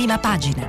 Prima pagina.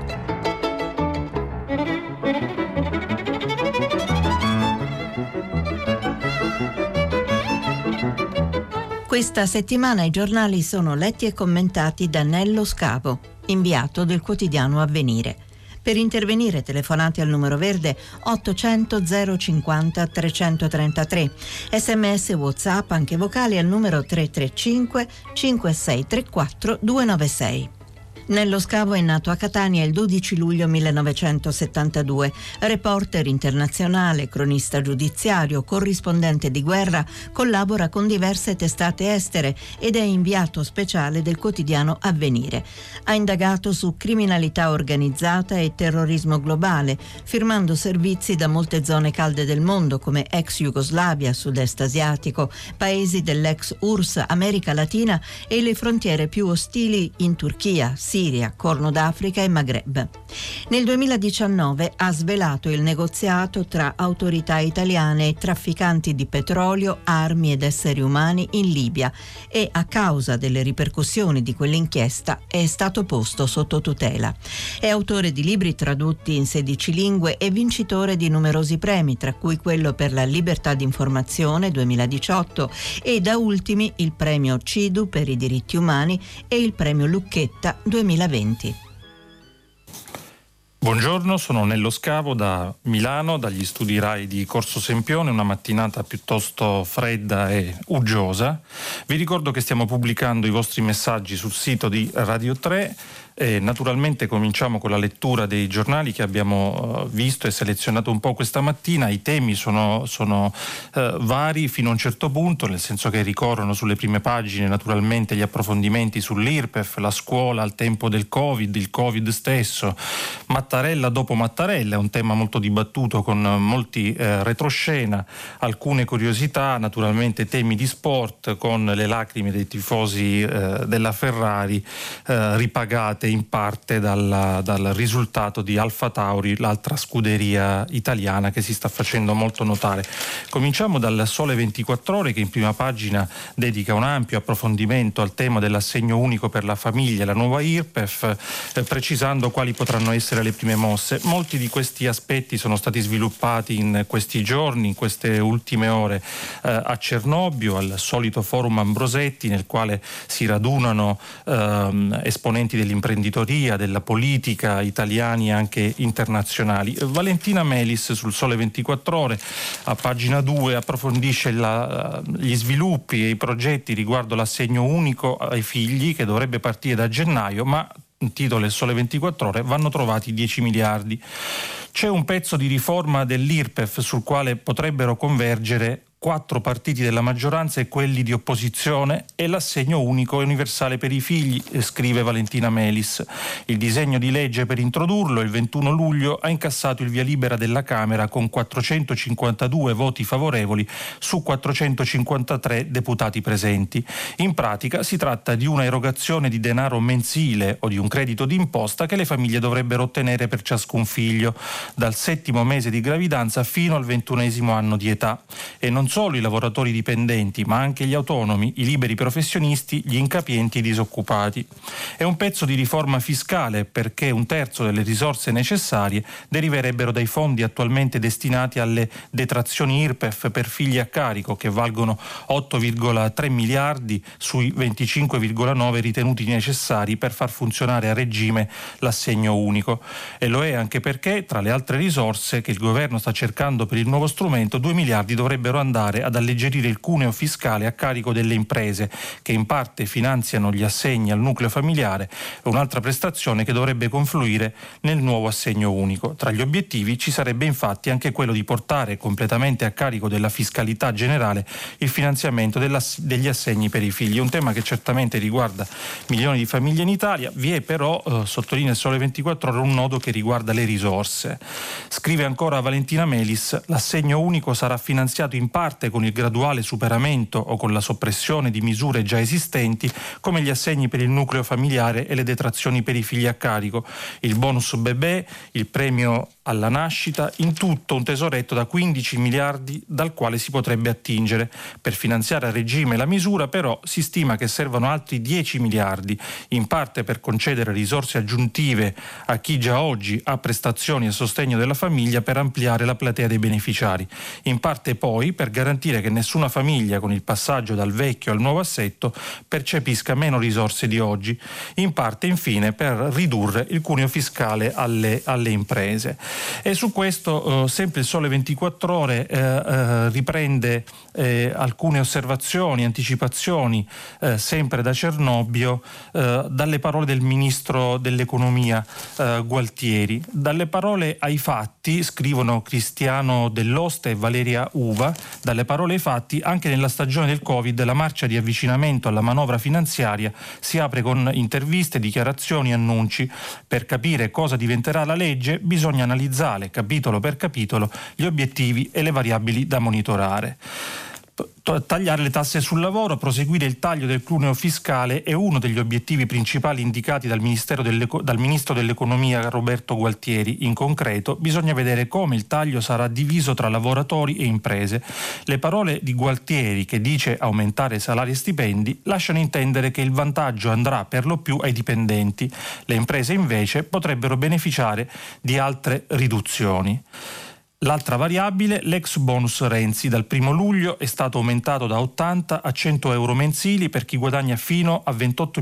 Questa settimana i giornali sono letti e commentati da Nello Scavo, inviato del quotidiano Avvenire. Per intervenire telefonate al numero verde 800 050 333, sms WhatsApp anche vocali al numero 335 5634 296. Nello Scavo è nato a Catania il 12 luglio 1972. Reporter internazionale, cronista giudiziario, corrispondente di guerra, collabora con diverse testate estere ed è inviato speciale del quotidiano Avvenire. Ha indagato su criminalità organizzata e terrorismo globale, firmando servizi da molte zone calde del mondo come ex Jugoslavia, sud-est asiatico, paesi dell'ex URSS, America Latina e le frontiere più ostili in Turchia, Siria, Corno d'Africa e Maghreb. Nel 2019 ha svelato il negoziato tra autorità italiane e trafficanti di petrolio, armi ed esseri umani in Libia e, a causa delle ripercussioni di quell'inchiesta, è stato posto sotto tutela. È autore di libri tradotti in 16 lingue e vincitore di numerosi premi, tra cui quello per la libertà di informazione 2018 e, da ultimi, il premio CIDU per i diritti umani e il premio Lucchetta 2020. Buongiorno, sono Nello Scavo da Milano, dagli studi RAI di Corso Sempione, una mattinata piuttosto fredda e uggiosa. Vi ricordo che stiamo pubblicando i vostri messaggi sul sito di Radio 3 e naturalmente cominciamo con la lettura dei giornali che abbiamo visto e selezionato un po' questa mattina. I temi sono vari fino a un certo punto, nel senso che ricorrono sulle prime pagine naturalmente gli approfondimenti sull'IRPEF, la scuola al tempo del Covid, il Covid stesso, Mattarella dopo Mattarella, è un tema molto dibattuto con molti retroscena, alcune curiosità, naturalmente temi di sport con le lacrime dei tifosi della Ferrari ripagate in parte dal risultato di Alfa Tauri, l'altra scuderia italiana che si sta facendo molto notare. Cominciamo dal Sole 24 Ore, che in prima pagina dedica un ampio approfondimento al tema dell'assegno unico per la famiglia, la nuova IRPEF, precisando quali potranno essere le prime mosse. Molti di questi aspetti sono stati sviluppati in questi giorni, in queste ultime ore a Cernobbio, al solito forum Ambrosetti, nel quale si radunano esponenti dell'imprenditoria, della politica, italiani e anche internazionali. Valentina Melis sul Sole 24 Ore a pagina 2 approfondisce gli sviluppi e i progetti riguardo l'assegno unico ai figli, che dovrebbe partire da gennaio, ma titolo il Sole 24 Ore, vanno trovati 10 miliardi. C'è un pezzo di riforma dell'IRPEF sul quale potrebbero convergere 4 partiti della maggioranza e quelli di opposizione e l'assegno unico e universale per i figli, scrive Valentina Melis. Il disegno di legge per introdurlo il 21 luglio ha incassato il via libera della Camera con 452 voti favorevoli su 453 deputati presenti. In pratica si tratta di una erogazione di denaro mensile o di un credito d'imposta che le famiglie dovrebbero ottenere per ciascun figlio dal 7° mese di gravidanza fino al 21° anno di età, e non solo i lavoratori dipendenti, ma anche gli autonomi, i liberi professionisti, gli incapienti e i disoccupati. È un pezzo di riforma fiscale perché 1/3 delle risorse necessarie deriverebbero dai fondi attualmente destinati alle detrazioni IRPEF per figli a carico, che valgono 8,3 miliardi sui 25,9 ritenuti necessari per far funzionare a regime l'assegno unico. E lo è anche perché, tra le altre risorse che il governo sta cercando per il nuovo strumento, 2 miliardi dovrebbero andare ad alleggerire il cuneo fiscale a carico delle imprese, che in parte finanziano gli assegni al nucleo familiare, un'altra prestazione che dovrebbe confluire nel nuovo assegno unico. Tra gli obiettivi ci sarebbe infatti anche quello di portare completamente a carico della fiscalità generale il finanziamento degli assegni per i figli, un tema che certamente riguarda milioni di famiglie in Italia. Vi è però, sottolinea il Sole 24 Ore, un nodo che riguarda le risorse. Scrive ancora Valentina Melis: l'assegno unico sarà finanziato in parte con il graduale superamento o con la soppressione di misure già esistenti, come gli assegni per il nucleo familiare e le detrazioni per i figli a carico, il bonus bebè, il premio alla nascita, in tutto un tesoretto da 15 miliardi dal quale si potrebbe attingere. Per finanziare a regime la misura, però, si stima che servano altri 10 miliardi, in parte per concedere risorse aggiuntive a chi già oggi ha prestazioni a sostegno della famiglia per ampliare la platea dei beneficiari, in parte poi per garantire che nessuna famiglia con il passaggio dal vecchio al nuovo assetto percepisca meno risorse di oggi, in parte infine per ridurre il cuneo fiscale alle imprese. E su questo sempre il Sole 24 Ore riprende alcune osservazioni, anticipazioni sempre da Cernobbio dalle parole del ministro dell'economia Gualtieri. Dalle parole ai fatti, scrivono Cristiano Dell'Oste e Valeria Uva, dalle parole ai fatti anche nella stagione del Covid la marcia di avvicinamento alla manovra finanziaria si apre con interviste, dichiarazioni, annunci. Per capire cosa diventerà la legge bisogna analizzare capitolo per capitolo gli obiettivi e le variabili da monitorare. Tagliare le tasse sul lavoro, proseguire il taglio del cuneo fiscale è uno degli obiettivi principali indicati dal Ministro dell'Economia Roberto Gualtieri. In concreto, bisogna vedere come il taglio sarà diviso tra lavoratori e imprese. Le parole di Gualtieri, che dice aumentare salari e stipendi, lasciano intendere che il vantaggio andrà per lo più ai dipendenti. Le imprese invece potrebbero beneficiare di altre riduzioni. L'altra variabile, l'ex bonus Renzi, dal 1 luglio è stato aumentato da 80 a 100 euro mensili per chi guadagna fino a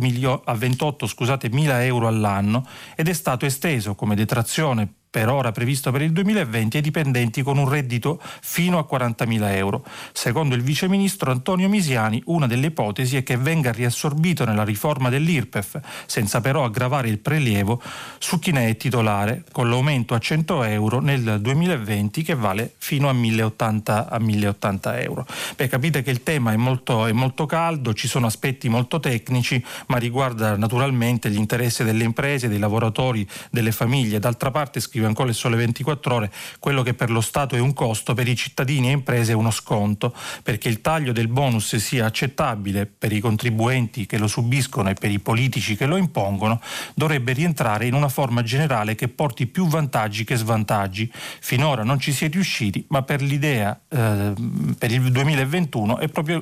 28.000 euro all'anno ed è stato esteso come detrazione per ora previsto per il 2020 ai dipendenti con un reddito fino a 40.000 euro. Secondo il viceministro Antonio Misiani, una delle ipotesi è che venga riassorbito nella riforma dell'IRPEF, senza però aggravare il prelievo su chi ne è titolare, con l'aumento a 100 euro nel 2020 che vale fino a 1.080 euro. Capite che il tema è molto caldo, ci sono aspetti molto tecnici, ma riguarda naturalmente gli interessi delle imprese, dei lavoratori, delle famiglie. D'altra parte, scrive ancora il Sole 24 Ore, quello che per lo Stato è un costo, per i cittadini e imprese è uno sconto, perché il taglio del bonus sia accettabile per i contribuenti che lo subiscono e per i politici che lo impongono, dovrebbe rientrare in una forma generale che porti più vantaggi che svantaggi. Finora non ci si è riusciti, ma per l'idea per il 2021 è proprio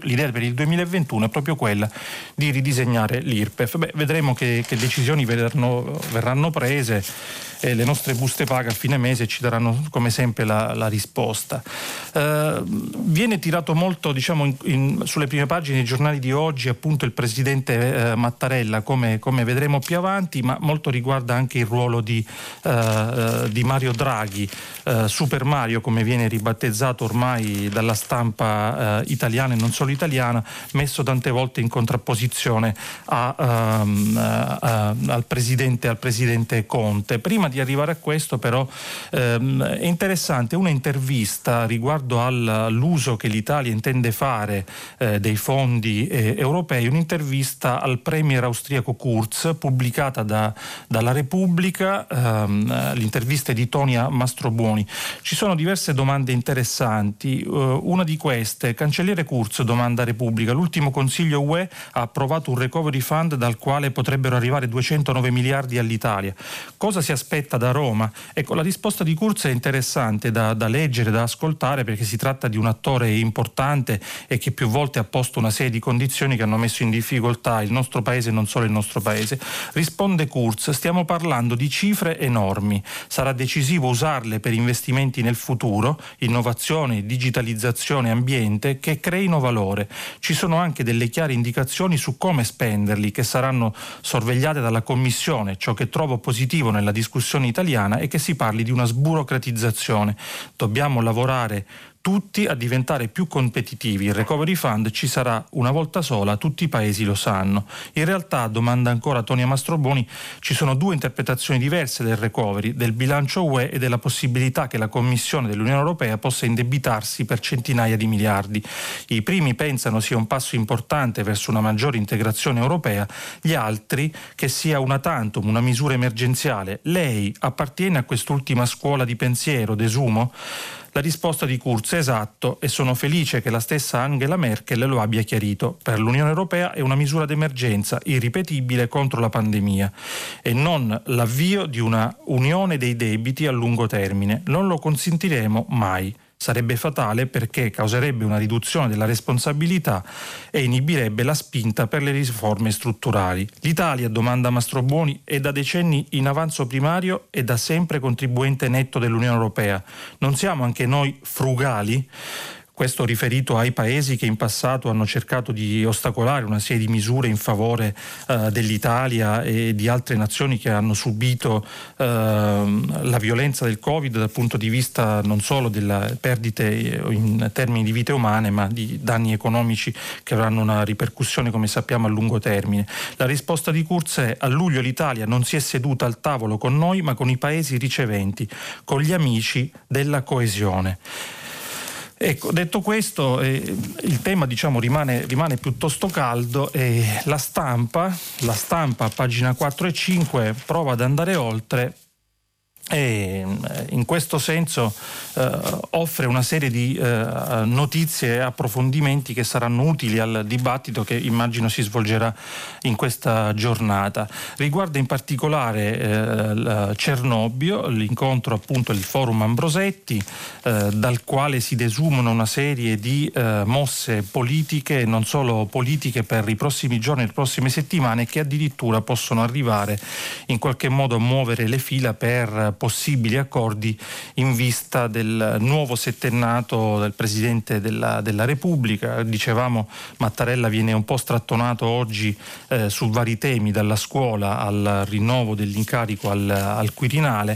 quella di ridisegnare l'IRPEF. Vedremo che decisioni verranno prese. Le nostre buste paga a fine mese ci daranno come sempre la risposta. Viene tirato molto sulle prime pagine dei giornali di oggi appunto il presidente Mattarella, come vedremo più avanti, ma molto riguarda anche il ruolo di Mario Draghi, Super Mario come viene ribattezzato ormai dalla stampa italiana e non solo italiana, messo tante volte in contrapposizione al presidente Conte. Prima di arrivare a questo però è interessante una intervista riguardo all'uso che l'Italia intende fare dei fondi europei, un'intervista al premier austriaco Kurz pubblicata dalla Repubblica, l'intervista di Tonia Mastrobuoni. Ci sono diverse domande interessanti, una di queste: cancelliere Kurz, domanda Repubblica, l'ultimo Consiglio UE ha approvato un recovery fund dal quale potrebbero arrivare 209 miliardi all'Italia. Cosa si aspetta da Roma? Ecco, la risposta di Kurz è interessante da leggere, da ascoltare, perché si tratta di un attore importante e che più volte ha posto una serie di condizioni che hanno messo in difficoltà il nostro paese e non solo il nostro paese. Risponde Kurz: stiamo parlando di cifre enormi, sarà decisivo usarle per investimenti nel futuro, innovazione, digitalizzazione, ambiente, che creino valore. Ci sono anche delle chiare indicazioni su come spenderli, che saranno sorvegliate dalla Commissione. Ciò che trovo positivo nella discussione italiana è che si parli di una sburocratizzazione. Dobbiamo lavorare tutti a diventare più competitivi. Il recovery fund ci sarà una volta sola, tutti i paesi lo sanno. In realtà, domanda ancora Tonia Mastrobuoni, ci sono due interpretazioni diverse del recovery, del bilancio UE e della possibilità che la Commissione dell'Unione Europea possa indebitarsi per centinaia di miliardi. I primi pensano sia un passo importante verso una maggiore integrazione europea, gli altri che sia una tantum, una misura emergenziale. Lei appartiene a quest'ultima scuola di pensiero, desumo? La risposta di Kurz: esatto, e sono felice che la stessa Angela Merkel lo abbia chiarito. Per l'Unione Europea è una misura d'emergenza irripetibile contro la pandemia e non l'avvio di una unione dei debiti a lungo termine. Non lo consentiremo mai. Sarebbe fatale perché causerebbe una riduzione della responsabilità e inibirebbe la spinta per le riforme strutturali. L'Italia, domanda Mastrobuoni, è da decenni in avanzo primario e da sempre contribuente netto dell'Unione Europea. Non siamo anche noi frugali? Questo riferito ai paesi che in passato hanno cercato di ostacolare una serie di misure in favore dell'Italia e di altre nazioni che hanno subito la violenza del Covid dal punto di vista non solo delle perdite in termini di vite umane, ma di danni economici che avranno una ripercussione, come sappiamo, a lungo termine. La risposta di Kurz è: a luglio l'Italia non si è seduta al tavolo con noi, ma con i paesi riceventi, con gli amici della coesione. Ecco, detto questo, il tema rimane piuttosto caldo e la stampa a pagina 4 e 5 prova ad andare oltre e in questo senso offre una serie di notizie e approfondimenti che saranno utili al dibattito che immagino si svolgerà in questa giornata. Riguarda in particolare Cernobbio, l'incontro appunto del Forum Ambrosetti, dal quale si desumano una serie di mosse politiche e non solo politiche per i prossimi giorni e le prossime settimane, che addirittura possono arrivare in qualche modo a muovere le fila per possibili accordi in vista del nuovo settennato del Presidente della Repubblica. Dicevamo, Mattarella viene un po' strattonato oggi su vari temi, dalla scuola al rinnovo dell'incarico al Quirinale.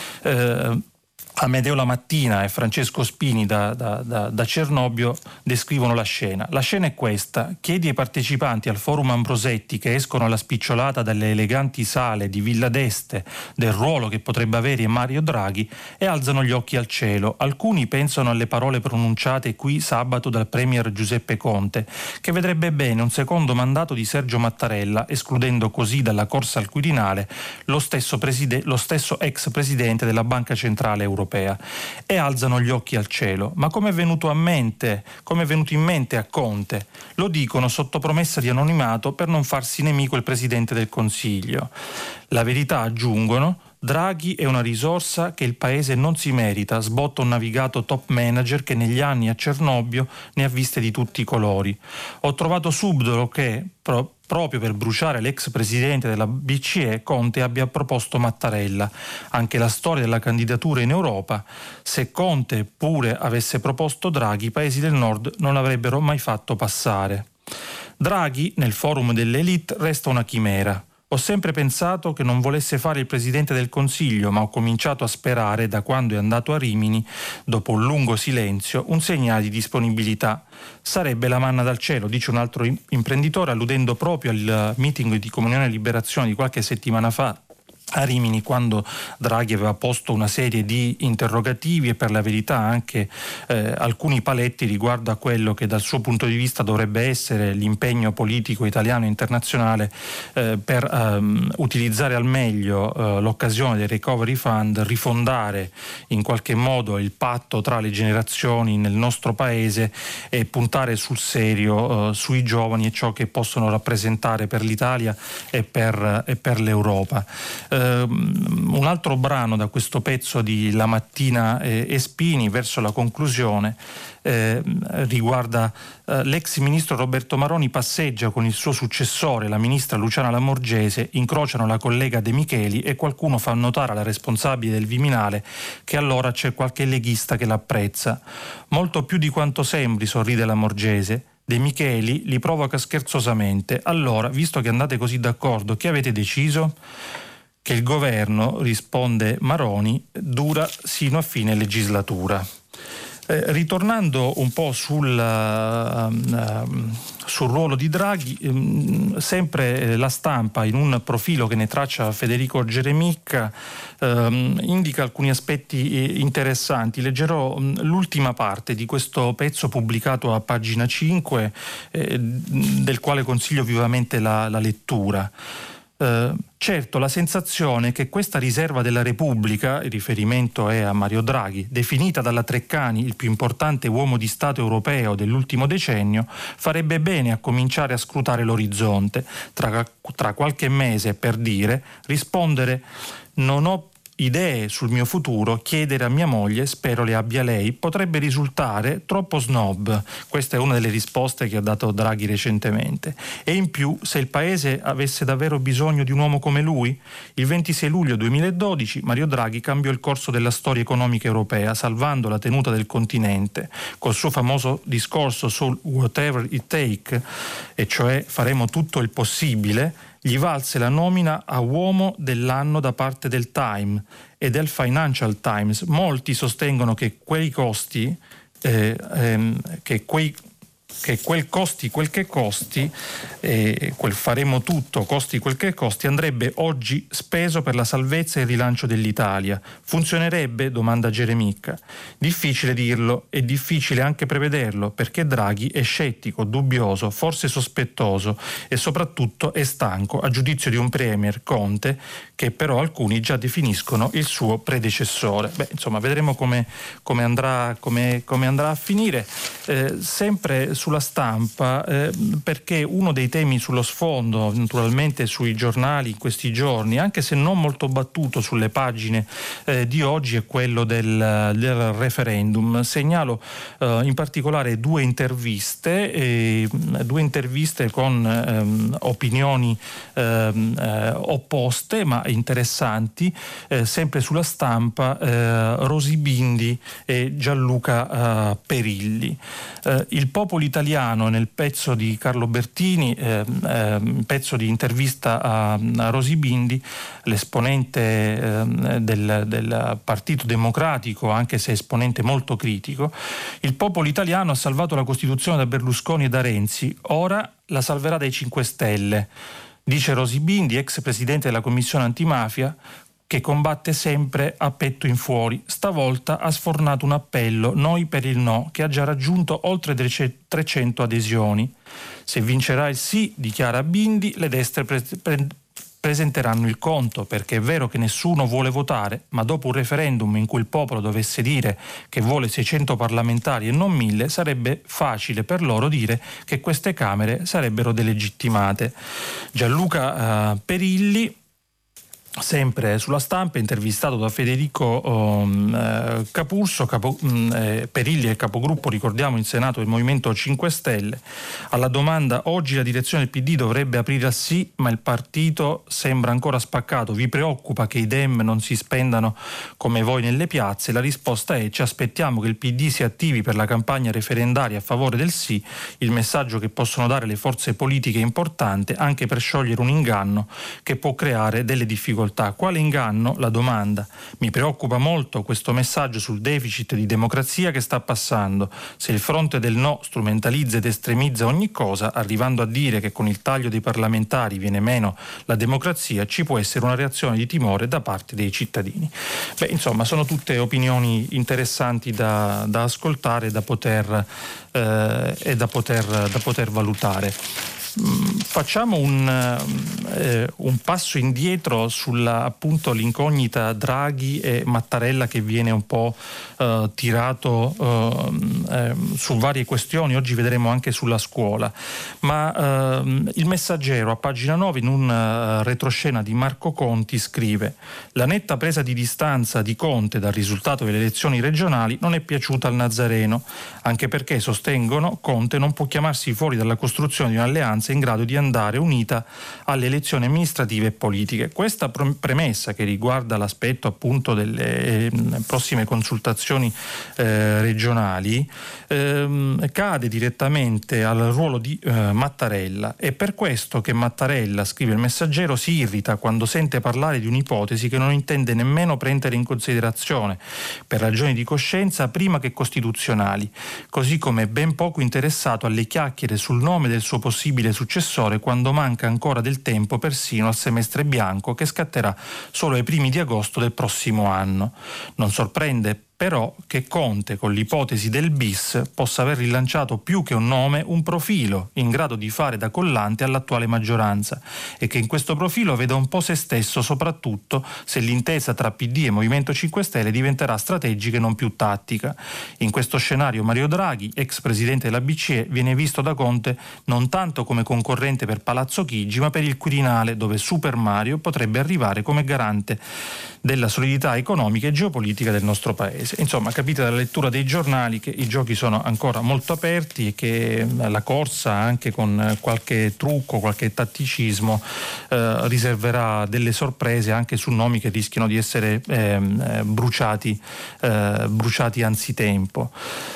Amedeo La Mattina e Francesco Spini da Cernobbio descrivono la scena. La scena è questa: chiedi ai partecipanti al Forum Ambrosetti, che escono alla spicciolata dalle eleganti sale di Villa d'Este, del ruolo che potrebbe avere Mario Draghi, e alzano gli occhi al cielo. Alcuni pensano alle parole pronunciate qui sabato dal premier Giuseppe Conte, che vedrebbe bene un secondo mandato di Sergio Mattarella, escludendo così dalla corsa al Quirinale lo stesso ex presidente della Banca Centrale Europea. E alzano gli occhi al cielo. Ma come è venuto in mente a Conte? Lo dicono sotto promessa di anonimato per non farsi nemico il Presidente del Consiglio. La verità, aggiungono: Draghi è una risorsa che il paese non si merita, sbotta un navigato top manager che negli anni a Cernobbio ne ha viste di tutti i colori. Ho trovato subdolo che proprio per bruciare l'ex presidente della BCE, Conte abbia proposto Mattarella. Anche la storia della candidatura in Europa: se Conte pure avesse proposto Draghi, i paesi del nord non l'avrebbero mai fatto passare. Draghi, nel forum dell'elite, resta una chimera. Ho sempre pensato che non volesse fare il Presidente del Consiglio, ma ho cominciato a sperare, da quando è andato a Rimini, dopo un lungo silenzio, un segnale di disponibilità. Sarebbe la manna dal cielo, dice un altro imprenditore, alludendo proprio al meeting di Comunione e Liberazione di qualche settimana fa a Rimini, quando Draghi aveva posto una serie di interrogativi e per la verità anche alcuni paletti riguardo a quello che dal suo punto di vista dovrebbe essere l'impegno politico italiano e internazionale per utilizzare al meglio l'occasione del Recovery Fund, rifondare in qualche modo il patto tra le generazioni nel nostro paese e puntare sul serio sui giovani e ciò che possono rappresentare per l'Italia e per l'Europa. Un altro brano da questo pezzo di La Mattina e Spini, verso la conclusione, riguarda l'ex ministro Roberto Maroni. Passeggia con il suo successore, la ministra Luciana Lamorgese, incrociano la collega De Micheli e qualcuno fa notare alla responsabile del Viminale che allora c'è qualche leghista che l'apprezza. Molto più di quanto sembri, sorride Lamorgese. De Micheli li provoca scherzosamente. Allora, visto che andate così d'accordo, che avete deciso? Che il governo, risponde Maroni, dura sino a fine legislatura. Ritornando un po' sul ruolo di Draghi, sempre La Stampa, in un profilo che ne traccia Federico Geremicca, indica alcuni aspetti interessanti. Leggerò l'ultima parte di questo pezzo pubblicato a pagina 5, del quale consiglio vivamente la lettura. Certo, la sensazione è che questa riserva della Repubblica, il riferimento è a Mario Draghi, definita dalla Treccani il più importante uomo di Stato europeo dell'ultimo decennio, farebbe bene a cominciare a scrutare l'orizzonte. Tra qualche mese, per dire, rispondere: non ho idee sul mio futuro, chiedere a mia moglie, spero le abbia lei, potrebbe risultare troppo snob. Questa è una delle risposte che ha dato Draghi recentemente. E in più, se il paese avesse davvero bisogno di un uomo come lui? Il 26 luglio 2012 Mario Draghi cambiò il corso della storia economica europea, salvando la tenuta del continente. Col suo famoso discorso sul whatever it take, e cioè faremo tutto il possibile, gli valse la nomina a uomo dell'anno da parte del Time e del Financial Times. Molti sostengono che quel costi quel che costi, quel faremo tutto, costi quel che costi, andrebbe oggi speso per la salvezza e il rilancio dell'Italia. Funzionerebbe? Domanda Geremicca. Difficile dirlo e difficile anche prevederlo, perché Draghi è scettico, dubbioso, forse sospettoso e soprattutto è stanco, a giudizio di un premier, Conte, che però alcuni già definiscono il suo predecessore. Insomma, vedremo come andrà a finire. Sempre sulla Stampa, perché uno dei temi sullo sfondo, naturalmente sui giornali in questi giorni, anche se non molto battuto sulle pagine di oggi, è quello del referendum. Segnalo in particolare due interviste con opinioni opposte ma interessanti, sempre sulla Stampa, Rosy Bindi e Gianluca Perilli. Il popolo italiano, nel pezzo di Carlo Bertini, pezzo di intervista a Rosy Bindi, l'esponente del Partito Democratico, anche se esponente molto critico: il popolo italiano ha salvato la Costituzione da Berlusconi e da Renzi, ora la salverà dai 5 Stelle. Dice Rosy Bindi, ex presidente della Commissione Antimafia, che combatte sempre a petto in fuori. Stavolta ha sfornato un appello, Noi per il no, che ha già raggiunto oltre 300 adesioni. Se vincerà il sì, dichiara Bindi, le destre presenteranno il conto, perché è vero che nessuno vuole votare, ma dopo un referendum in cui il popolo dovesse dire che vuole 600 parlamentari e non 1000, sarebbe facile per loro dire che queste Camere sarebbero delegittimate. Gianluca Perilli, sempre sulla Stampa, intervistato da Federico Capurso. Perilli è capogruppo, ricordiamo, in Senato del Movimento 5 Stelle. Alla domanda: oggi la direzione del PD dovrebbe aprire a sì, ma il partito sembra ancora spaccato, vi preoccupa che i Dem non si spendano come voi nelle piazze? La risposta è: ci aspettiamo che il PD si attivi per la campagna referendaria a favore del sì. Il messaggio che possono dare le forze politiche è importante, anche per sciogliere un inganno che può creare delle difficoltà. Quale inganno? La domanda. Mi preoccupa molto questo messaggio sul deficit di democrazia che sta passando. Se il fronte del no strumentalizza ed estremizza ogni cosa, arrivando a dire che con il taglio dei parlamentari viene meno la democrazia, ci può essere una reazione di timore da parte dei cittadini. Insomma, sono tutte opinioni interessanti da ascoltare e da poter valutare. Facciamo un passo indietro sulla, appunto, l'incognita Draghi e Mattarella, che viene un po' tirato su varie questioni. Oggi vedremo anche sulla scuola, ma il Messaggero a pagina 9, in un retroscena di Marco Conti, scrive: la netta presa di distanza di Conte dal risultato delle elezioni regionali non è piaciuta al Nazareno, anche perché, sostengono, Conte non può chiamarsi fuori dalla costruzione di un'alleanza in grado di andare unita alle elezioni amministrative e politiche. Questa premessa, che riguarda l'aspetto appunto delle prossime consultazioni regionali, cade direttamente al ruolo di Mattarella. È per questo che Mattarella, scrive il Messaggero, si irrita quando sente parlare di un'ipotesi che non intende nemmeno prendere in considerazione per ragioni di coscienza prima che costituzionali, così come ben poco interessato alle chiacchiere sul nome del suo possibile successore, quando manca ancora del tempo persino al semestre bianco, che scatterà solo ai primi di agosto del prossimo anno. Non sorprende però che Conte, con l'ipotesi del bis, possa aver rilanciato più che un nome, un profilo in grado di fare da collante all'attuale maggioranza, e che in questo profilo veda un po' se stesso, soprattutto se l'intesa tra PD e Movimento 5 Stelle diventerà strategica e non più tattica. In questo scenario Mario Draghi, ex presidente della BCE, viene visto da Conte non tanto come concorrente per Palazzo Chigi, ma per il Quirinale, dove Super Mario potrebbe arrivare come garante della solidità economica e geopolitica del nostro paese. Insomma, capite dalla lettura dei giornali che i giochi sono ancora molto aperti e che la corsa, anche con qualche trucco, qualche tatticismo, riserverà delle sorprese anche su nomi che rischiano di essere bruciati anzitempo.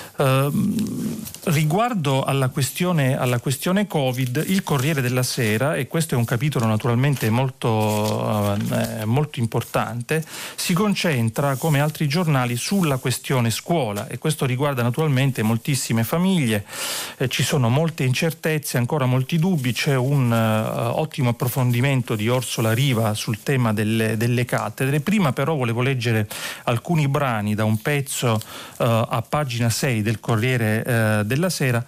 Riguardo alla questione Covid, il Corriere della Sera, e questo è un capitolo naturalmente molto importante, si concentra come altri giornali sulla questione scuola, e questo riguarda naturalmente moltissime famiglie. Ci sono molte incertezze, ancora molti dubbi. C'è un ottimo approfondimento di Orsola Riva sul tema delle cattedre. Prima però volevo leggere alcuni brani da un pezzo a pagina 6 del Corriere della Sera,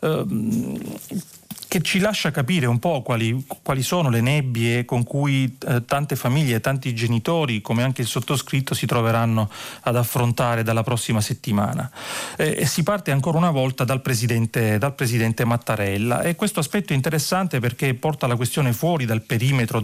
che ci lascia capire un po' quali sono le nebbie con cui tante famiglie e tanti genitori, come anche il sottoscritto, si troveranno ad affrontare dalla prossima settimana. E si parte ancora una volta dal presidente Mattarella, e questo aspetto è interessante perché porta la questione fuori dal perimetro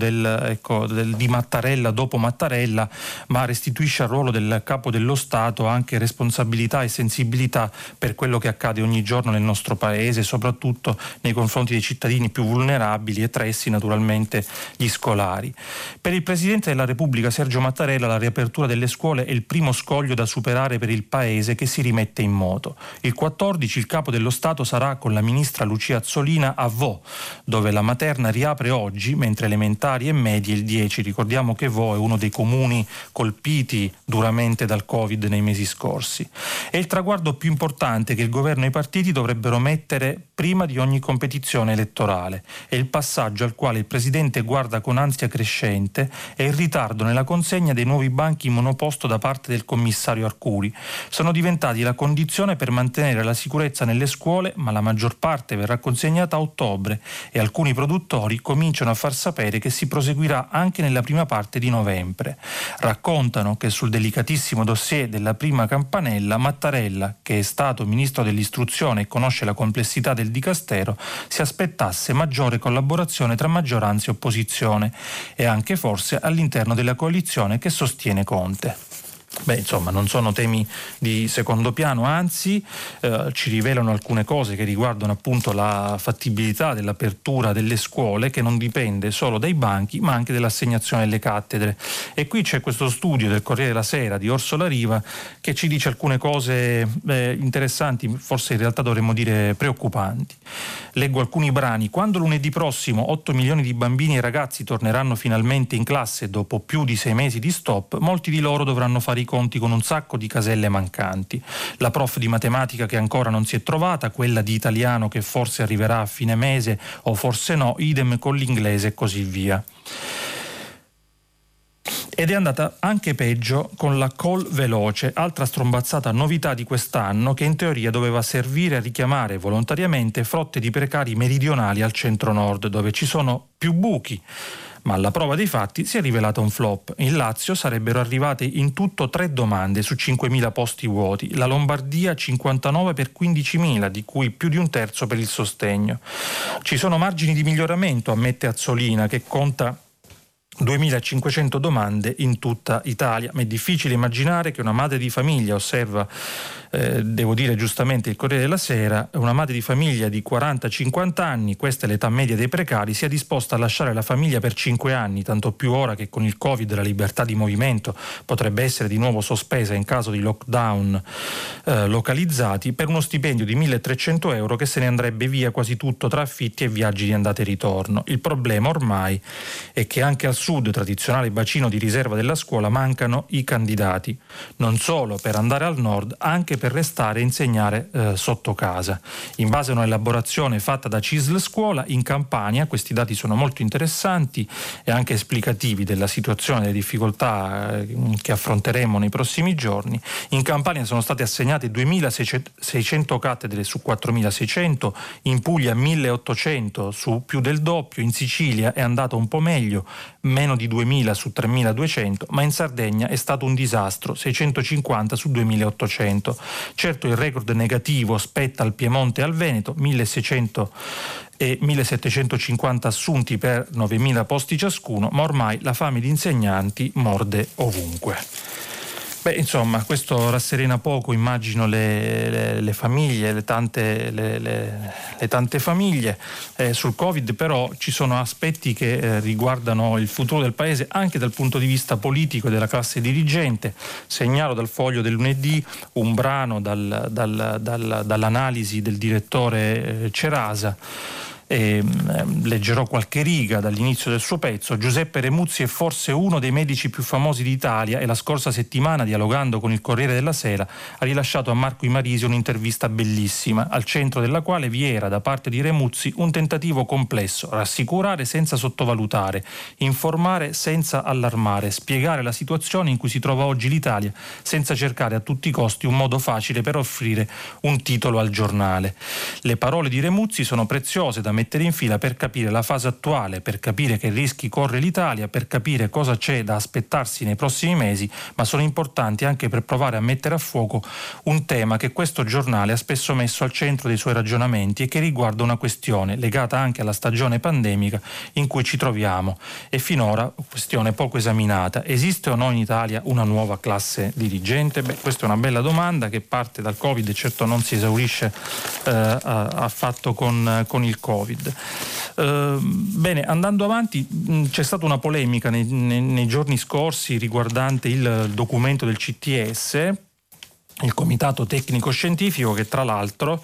di Mattarella dopo Mattarella, ma restituisce al ruolo del capo dello Stato anche responsabilità e sensibilità per quello che accade ogni giorno nel nostro paese, soprattutto nei confronti dei cittadini più vulnerabili, e tra essi naturalmente gli scolari. Per il Presidente della Repubblica Sergio Mattarella la riapertura delle scuole è il primo scoglio da superare per il Paese, che si rimette in moto. Il 14 il Capo dello Stato sarà con la ministra Lucia Azzolina a Vo, dove la materna riapre oggi, mentre elementari e medie il 10. Ricordiamo che Vo è uno dei comuni colpiti duramente dal Covid nei mesi scorsi. È il traguardo più importante che il governo e i partiti dovrebbero mettere prima di ogni competizione elettorale. È il passaggio al quale il Presidente guarda con ansia crescente, e il ritardo nella consegna dei nuovi banchi in monoposto da parte del commissario Arcuri sono diventati la condizione per mantenere la sicurezza nelle scuole, ma la maggior parte verrà consegnata a ottobre, e alcuni produttori cominciano a far sapere che si proseguirà anche nella prima parte di novembre. Raccontano che sul delicatissimo dossier della prima campanella Mattarella, che è stato ministro dell'istruzione e conosce la complessità del dicastero, si aspettasse maggiore collaborazione tra maggioranza e opposizione, e anche forse all'interno della coalizione che sostiene Conte. Insomma, non sono temi di secondo piano, anzi ci rivelano alcune cose che riguardano appunto la fattibilità dell'apertura delle scuole, che non dipende solo dai banchi ma anche dell'assegnazione delle cattedre. E qui c'è questo studio del Corriere della Sera di Orsola Riva che ci dice alcune cose interessanti, forse in realtà dovremmo dire preoccupanti. Leggo alcuni brani. Quando lunedì prossimo 8 milioni di bambini e ragazzi torneranno finalmente in classe dopo più di 6 mesi di stop, molti di loro dovranno fare i conti con un sacco di caselle mancanti. La prof di matematica che ancora non si è trovata, quella di italiano che forse arriverà a fine mese o forse no, idem con l'inglese e così via. Ed è andata anche peggio con la call veloce, altra strombazzata novità di quest'anno, che in teoria doveva servire a richiamare volontariamente frotte di precari meridionali al centro-nord, dove ci sono più buchi. Ma alla prova dei fatti si è rivelata un flop. In Lazio sarebbero arrivate in tutto 3 domande su 5.000 posti vuoti, la Lombardia 59 per 15.000, di cui più di un terzo per il sostegno. Ci sono margini di miglioramento, ammette Azzolina, che conta 2.500 domande in tutta Italia, ma è difficile immaginare che una madre di famiglia, osserva, devo dire giustamente il Corriere della Sera, una madre di famiglia di 40-50 anni, questa è l'età media dei precari, sia disposta a lasciare la famiglia per 5 anni, tanto più ora che con il Covid la libertà di movimento potrebbe essere di nuovo sospesa in caso di lockdown localizzati, per uno stipendio di 1.300 euro che se ne andrebbe via quasi tutto tra affitti e viaggi di andata e ritorno. Il problema ormai è che anche al sud, tradizionale bacino di riserva della scuola, mancano i candidati, non solo per andare al nord, anche per restare e insegnare sotto casa. In base a un'elaborazione fatta da CISL Scuola, in Campania, questi dati sono molto interessanti e anche esplicativi della situazione, delle difficoltà che affronteremo nei prossimi giorni. In Campania sono state assegnate 2.600 cattedre su 4.600, in Puglia 1.800 su più del doppio, in Sicilia è andato un po' meglio, meno di 2.000 su 3.200, ma in Sardegna è stato un disastro, 650 su 2.800. Certo il record negativo spetta al Piemonte e al Veneto, 1.600 e 1.750 assunti per 9.000 posti ciascuno, ma ormai la fame di insegnanti morde ovunque. Beh, insomma, questo rasserena poco, immagino, le famiglie, le tante famiglie. Sul Covid però ci sono aspetti che riguardano il futuro del Paese anche dal punto di vista politico e della classe dirigente. Segnalo dal Foglio del lunedì un brano dall'analisi del direttore Cerasa. Leggerò qualche riga dall'inizio del suo pezzo. Giuseppe Remuzzi è forse uno dei medici più famosi d'Italia e la scorsa settimana, dialogando con il Corriere della Sera, ha rilasciato a Marco Imarisi un'intervista bellissima, al centro della quale vi era da parte di Remuzzi un tentativo complesso: rassicurare senza sottovalutare, informare senza allarmare, spiegare la situazione in cui si trova oggi l'Italia senza cercare a tutti i costi un modo facile per offrire un titolo al giornale. Le parole di Remuzzi sono preziose da mettere in fila per capire la fase attuale, per capire che rischi corre l'Italia, per capire cosa c'è da aspettarsi nei prossimi mesi, ma sono importanti anche per provare a mettere a fuoco un tema che questo giornale ha spesso messo al centro dei suoi ragionamenti e che riguarda una questione legata anche alla stagione pandemica in cui ci troviamo e finora questione poco esaminata. Esiste o no in Italia una nuova classe dirigente? Beh, questa è una bella domanda che parte dal Covid e certo non si esaurisce affatto con il Covid. Bene, andando avanti, c'è stata una polemica nei giorni scorsi riguardante il documento del CTS, il Comitato Tecnico Scientifico, che tra l'altro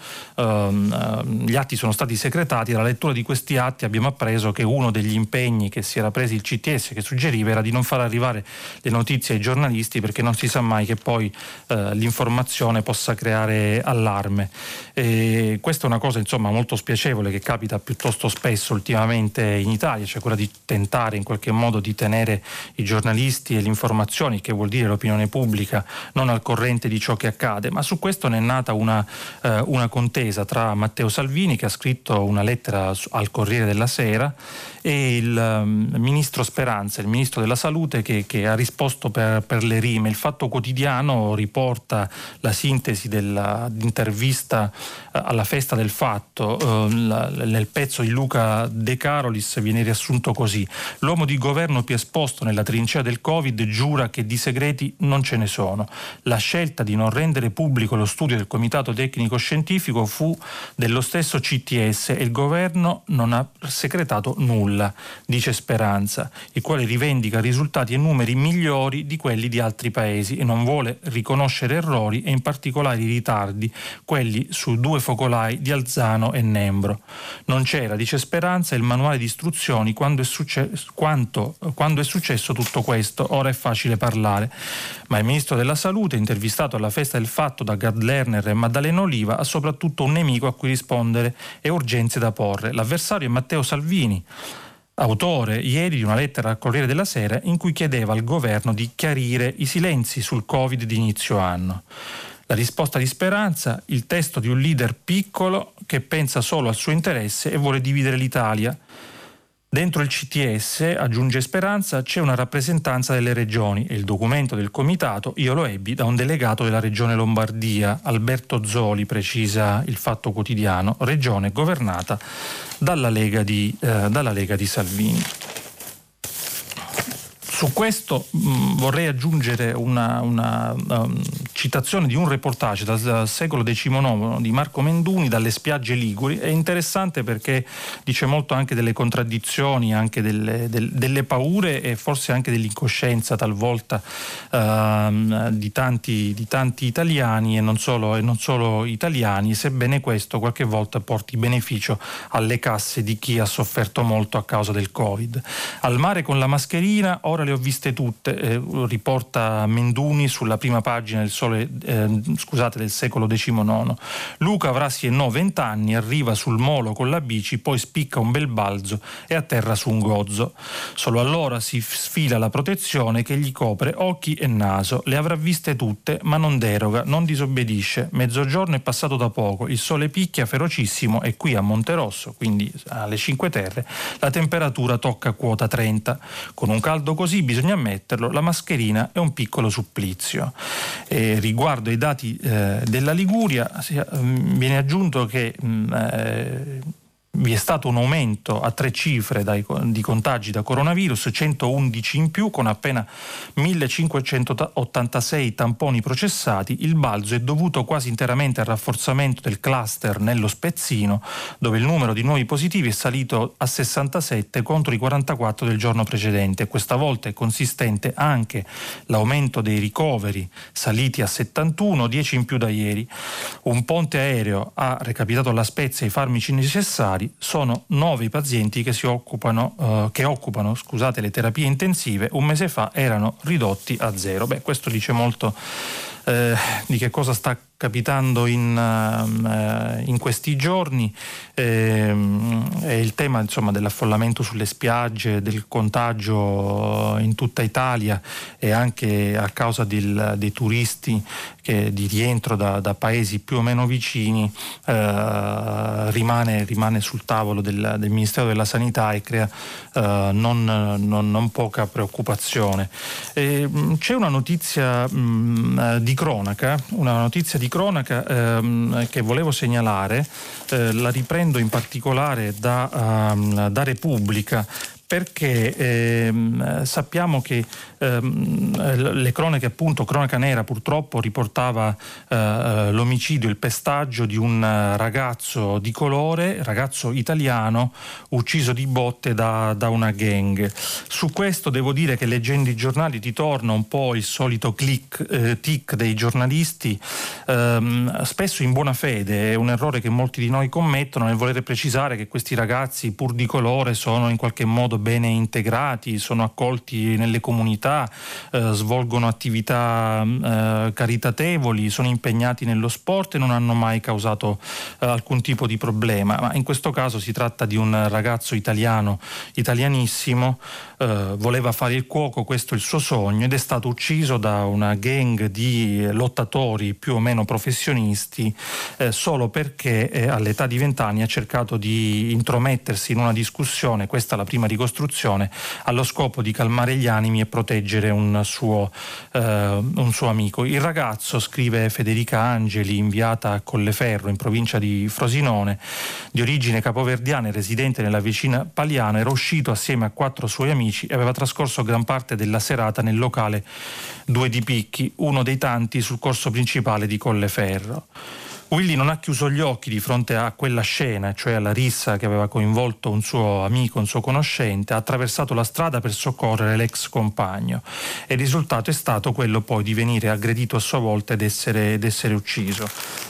gli atti sono stati secretati. Dalla lettura di questi atti abbiamo appreso che uno degli impegni che si era presi il CTS, che suggeriva, era di non far arrivare le notizie ai giornalisti, perché non si sa mai che poi l'informazione possa creare allarme. E questa è una cosa, insomma, molto spiacevole, che capita piuttosto spesso ultimamente in Italia, cioè quella di tentare in qualche modo di tenere i giornalisti e le informazioni, che vuol dire l'opinione pubblica, non al corrente di ciò che accade. Ma su questo ne è nata una contesa tra Matteo Salvini, che ha scritto una lettera al Corriere della Sera, e il ministro Speranza, il ministro della Salute, che ha risposto per le rime. Il Fatto Quotidiano riporta la sintesi dell'intervista alla Festa del Fatto. Nel pezzo di Luca De Carolis viene riassunto così: l'uomo di governo più esposto nella trincea del Covid giura che di segreti non ce ne sono. La scelta di non rendere pubblico lo studio del Comitato Tecnico Scientifico fu dello stesso CTS e il governo non ha segretato nulla, dice Speranza, il quale rivendica risultati e numeri migliori di quelli di altri paesi e non vuole riconoscere errori e in particolare i ritardi, quelli su 2 focolai di Alzano e Nembro. Non c'era, dice Speranza, il manuale di istruzioni quando è successo tutto questo. Ora è facile parlare, ma il ministro della Salute, intervistato alla Festa del Fatto da Gad Lerner e Maddalena Oliva, ha soprattutto un nemico a cui rispondere e urgenze da porre. L'avversario è Matteo Salvini, autore ieri di una lettera al Corriere della Sera in cui chiedeva al governo di chiarire i silenzi sul Covid di inizio anno. La risposta di Speranza: il testo di un leader piccolo che pensa solo al suo interesse e vuole dividere l'Italia. Dentro il CTS, aggiunge Speranza, c'è una rappresentanza delle regioni e il documento del comitato io lo ebbi da un delegato della regione Lombardia, Alberto Zoli, precisa il Fatto Quotidiano, regione governata dalla Lega di Salvini. Su questo vorrei aggiungere citazione di un reportage dal secolo XIX di Marco Menduni, Dalle spiagge liguri. È interessante perché dice molto anche delle contraddizioni, anche delle paure e forse anche dell'incoscienza talvolta di tanti italiani e non solo italiani, sebbene questo qualche volta porti beneficio alle casse di chi ha sofferto molto a causa del Covid. Al mare con la mascherina, ora le ho viste tutte, riporta Menduni sulla prima pagina del Sole del secolo XIX. Luca avrà sì e no 20 anni, arriva sul molo con la bici, poi spicca un bel balzo e atterra su un gozzo. Solo allora si sfila la protezione che gli copre occhi e naso. Le avrà viste tutte, ma non deroga, non disobbedisce. Mezzogiorno è passato da poco, il sole picchia ferocissimo e qui a Monterosso, quindi alle Cinque Terre, la temperatura tocca quota 30. Con un caldo così, bisogna ammetterlo, la mascherina è un piccolo supplizio. Riguardo ai dati della Liguria, viene aggiunto che vi è stato un aumento a 3 cifre di contagi da coronavirus, 111 in più con appena 1586 tamponi processati. Il balzo è dovuto quasi interamente al rafforzamento del cluster nello Spezzino, dove il numero di nuovi positivi è salito a 67 contro i 44 del giorno precedente. Questa volta è consistente anche l'aumento dei ricoveri, saliti a 71, 10 in più da ieri. Un ponte aereo ha recapitato alla Spezia i farmaci necessari. Sono 9 i pazienti che occupano le terapie intensive. Un mese fa erano ridotti a 0. Questo dice molto di che cosa sta capitando in questi giorni. È il tema dell'affollamento sulle spiagge, del contagio in tutta Italia e anche a causa dei turisti che di rientro da paesi più o meno vicini rimane sul tavolo del Ministero della Sanità e crea non poca preoccupazione. C'è una notizia di cronaca che volevo segnalare, la riprendo in particolare da Repubblica, perché sappiamo che le cronache, appunto, cronaca nera purtroppo riportava l'omicidio, il pestaggio di un ragazzo di colore, ragazzo italiano, ucciso di botte da una gang. Su questo devo dire che leggendo i giornali ti torna un po' il solito tic dei giornalisti, spesso in buona fede. È un errore che molti di noi commettono nel volere precisare che questi ragazzi, pur di colore, sono in qualche modo bene integrati, sono accolti nelle comunità, svolgono attività caritatevoli, sono impegnati nello sport e non hanno mai causato alcun tipo di problema. Ma in questo caso si tratta di un ragazzo italianissimo, voleva fare il cuoco, questo è il suo sogno, ed è stato ucciso da una gang di lottatori più o meno professionisti solo perché all'età di 20 anni ha cercato di intromettersi in una discussione, questa è la prima ricostruzione, allo scopo di calmare gli animi e proteggere un suo amico. Il ragazzo, scrive Federica Angeli, inviata a Colleferro in provincia di Frosinone, di origine capoverdiana e residente nella vicina Paliano, era uscito assieme a 4 suoi amici e aveva trascorso gran parte della serata nel locale 2 di Picchi, uno dei tanti sul corso principale di Colleferro. Willy non ha chiuso gli occhi di fronte a quella scena, cioè alla rissa che aveva coinvolto un suo amico, un suo conoscente. Ha attraversato la strada per soccorrere l'ex compagno e il risultato è stato quello poi di venire aggredito a sua volta ed essere ucciso.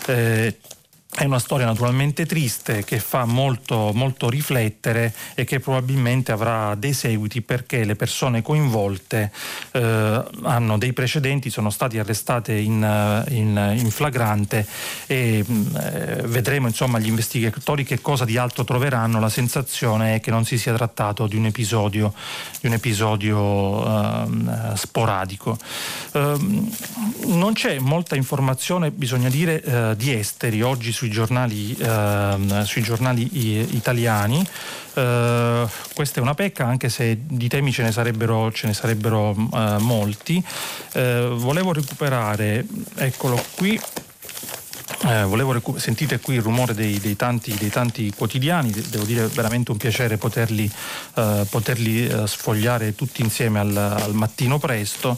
È una storia naturalmente triste che fa molto, molto riflettere e che probabilmente avrà dei seguiti, perché le persone coinvolte hanno dei precedenti, sono stati arrestate in flagrante e vedremo gli investigatori che cosa di altro troveranno. La sensazione è che non si sia trattato di un episodio sporadico. Non c'è molta informazione, bisogna dire, di esteri oggi sui giornali italiani. Questa è una pecca, anche se di temi ce ne sarebbero molti. Volevo recuperare, eccolo qui, Sentite qui il rumore dei tanti quotidiani, devo dire veramente un piacere poterli sfogliare tutti insieme al mattino presto.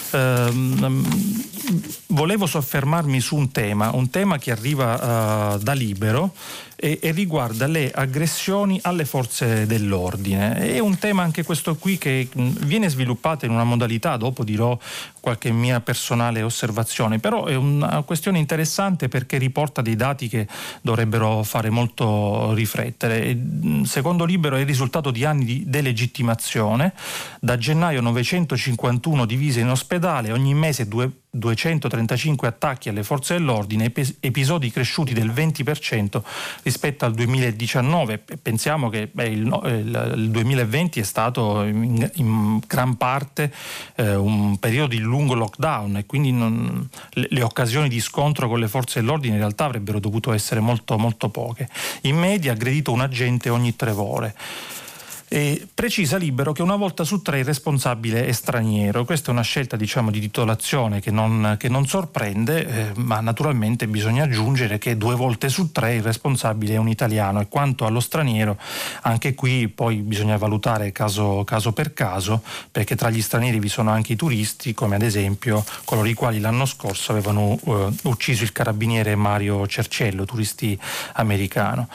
Volevo soffermarmi su un tema che arriva da Libero e riguarda le aggressioni alle forze dell'ordine. È un tema anche questo qui che viene sviluppato in una modalità, dopo dirò qualche mia personale osservazione, però è una questione interessante perché riporta dei dati che dovrebbero fare molto riflettere. Secondo Libero è il risultato di anni di delegittimazione. Da gennaio 951 divise in ospedale, ogni mese 235 attacchi alle forze dell'ordine, episodi cresciuti del 20% rispetto al 2019. Pensiamo che il 2020 è stato in gran parte un periodo di lungo lockdown e quindi le occasioni di scontro con le forze dell'ordine in realtà avrebbero dovuto essere molto molto poche. In media aggredito un agente ogni 3 ore. E precisa Libero che una volta su 3 il responsabile è straniero. Questa è una scelta, di titolazione che non sorprende, ma naturalmente bisogna aggiungere che 2 volte su 3 il responsabile è un italiano, e quanto allo straniero anche qui poi bisogna valutare caso per caso, perché tra gli stranieri vi sono anche i turisti, come ad esempio coloro i quali l'anno scorso avevano ucciso il carabiniere Mario Cerciello, turisti americano.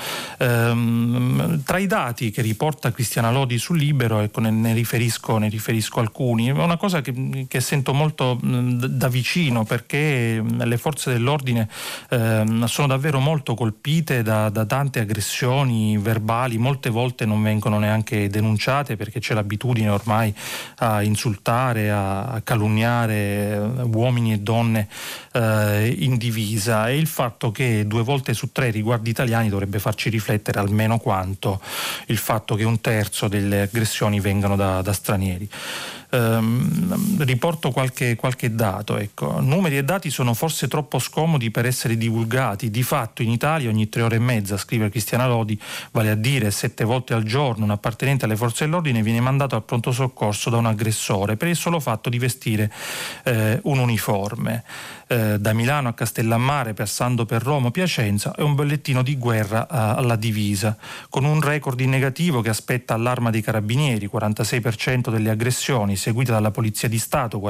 Tra i dati che riporta Cristiana Lodi sul Libero, ecco, ne riferisco alcuni. È una cosa che sento molto da vicino, perché le forze dell'ordine sono davvero molto colpite da tante aggressioni verbali. Molte volte non vengono neanche denunciate perché c'è l'abitudine ormai a insultare, a calunniare uomini e donne in divisa, e il fatto che 2 volte su 3 riguardi italiani dovrebbe farci riflettere almeno quanto il fatto che 1/3 delle aggressioni vengano da stranieri. Riporto qualche dato, ecco. Numeri e dati sono forse troppo scomodi per essere divulgati. Di fatto in Italia ogni 3 ore e mezza, scrive Cristiana Lodi, vale a dire 7 volte al giorno, un appartenente alle forze dell'ordine viene mandato al pronto soccorso da un aggressore per il solo fatto di vestire un uniforme. Da Milano a Castellammare, passando per Roma o Piacenza, è un bollettino di guerra alla divisa, con un record in negativo che aspetta all'Arma dei Carabinieri, 46% delle aggressioni, seguita dalla Polizia di Stato,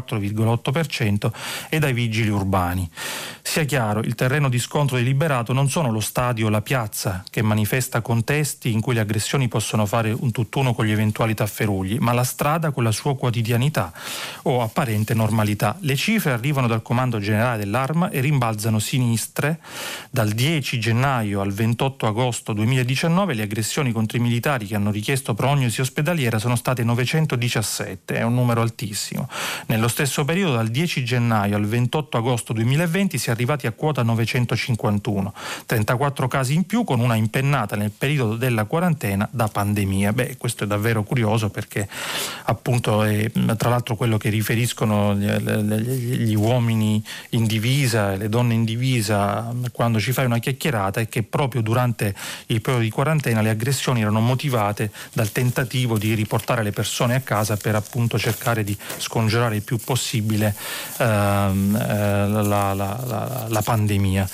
44,8%, e dai Vigili Urbani. Sia chiaro, il terreno di scontro deliberato non sono lo stadio o la piazza, che manifesta contesti in cui le aggressioni possono fare un tutt'uno con gli eventuali tafferugli, ma la strada con la sua quotidianità o apparente normalità. Le cifre arrivano dal Comando Generale dell'Arma e rimbalzano sinistre. Dal 10 gennaio al 28 agosto 2019 le aggressioni contro i militari che hanno richiesto prognosi ospedaliera sono state 917, è un numero altissimo. Nello stesso periodo, dal 10 gennaio al 28 agosto 2020, si è arrivati a quota 951, 34 casi in più, con una impennata nel periodo della quarantena da pandemia. Questo è davvero curioso, perché appunto è tra l'altro quello che riferiscono gli uomini in divisa e le donne in divisa quando ci fai una chiacchierata, è che proprio durante il periodo di quarantena le aggressioni erano motivate dal tentativo di riportare le persone a casa per appunto cercare di scongiurare il più possibile la pandemia.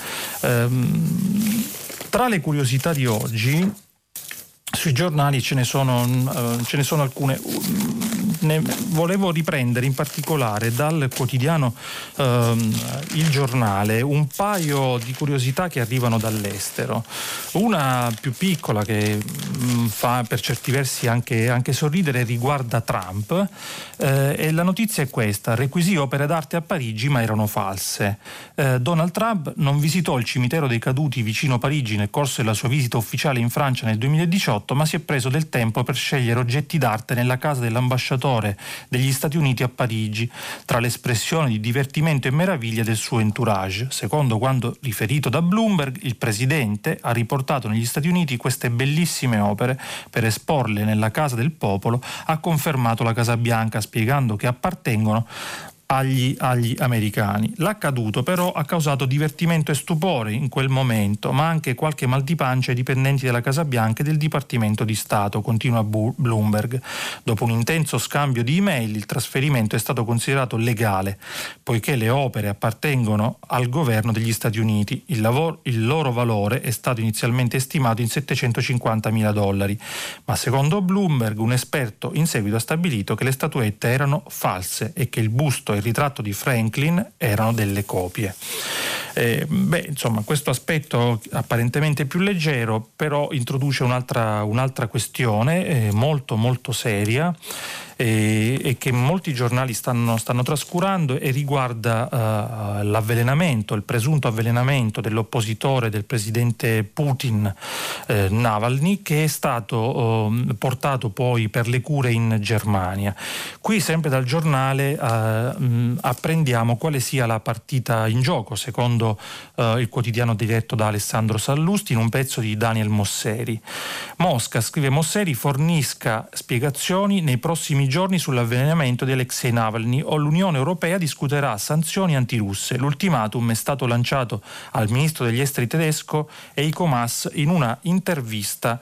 Tra le curiosità di oggi sui giornali ce ne sono alcune. Ne volevo riprendere in particolare dal quotidiano Il Giornale un paio di curiosità che arrivano dall'estero. Una più piccola, che fa per certi versi anche sorridere, riguarda Trump, e la notizia è questa: requisì opere d'arte a Parigi ma erano false. Donald Trump non visitò il cimitero dei caduti vicino Parigi nel corso della sua visita ufficiale in Francia nel 2018, ma si è preso del tempo per scegliere oggetti d'arte nella casa dell'ambasciatore degli Stati Uniti a Parigi, tra l'espressione di divertimento e meraviglia del suo entourage. Secondo quanto riferito da Bloomberg, il presidente ha riportato negli Stati Uniti queste bellissime opere per esporle nella Casa del Popolo. Ha confermato la Casa Bianca, spiegando che appartengono agli americani. L'accaduto però ha causato divertimento e stupore in quel momento, ma anche qualche mal di pancia ai dipendenti della Casa Bianca e del Dipartimento di Stato, continua Bloomberg. Dopo un intenso scambio di email, il trasferimento è stato considerato legale, poiché le opere appartengono al governo degli Stati Uniti. Il loro valore è stato inizialmente stimato in $750.000, ma secondo Bloomberg un esperto in seguito ha stabilito che le statuette erano false e che il busto e il ritratto di Franklin erano delle copie. Insomma, questo aspetto apparentemente più leggero però introduce un'altra questione molto molto seria e che molti giornali stanno trascurando, e riguarda l'avvelenamento, il presunto avvelenamento dell'oppositore del presidente Putin, Navalny, che è stato portato poi per le cure in Germania. Qui sempre dal giornale apprendiamo quale sia la partita in gioco, secondo il quotidiano diretto da Alessandro Sallusti in un pezzo di Daniel Mosseri. Mosca, scrive Mosseri, fornisca spiegazioni nei prossimi giorni sull'avvelenamento di Alexei Navalny o l'Unione Europea discuterà sanzioni antirusse. L'ultimatum è stato lanciato al ministro degli esteri tedesco Heiko Maas in una intervista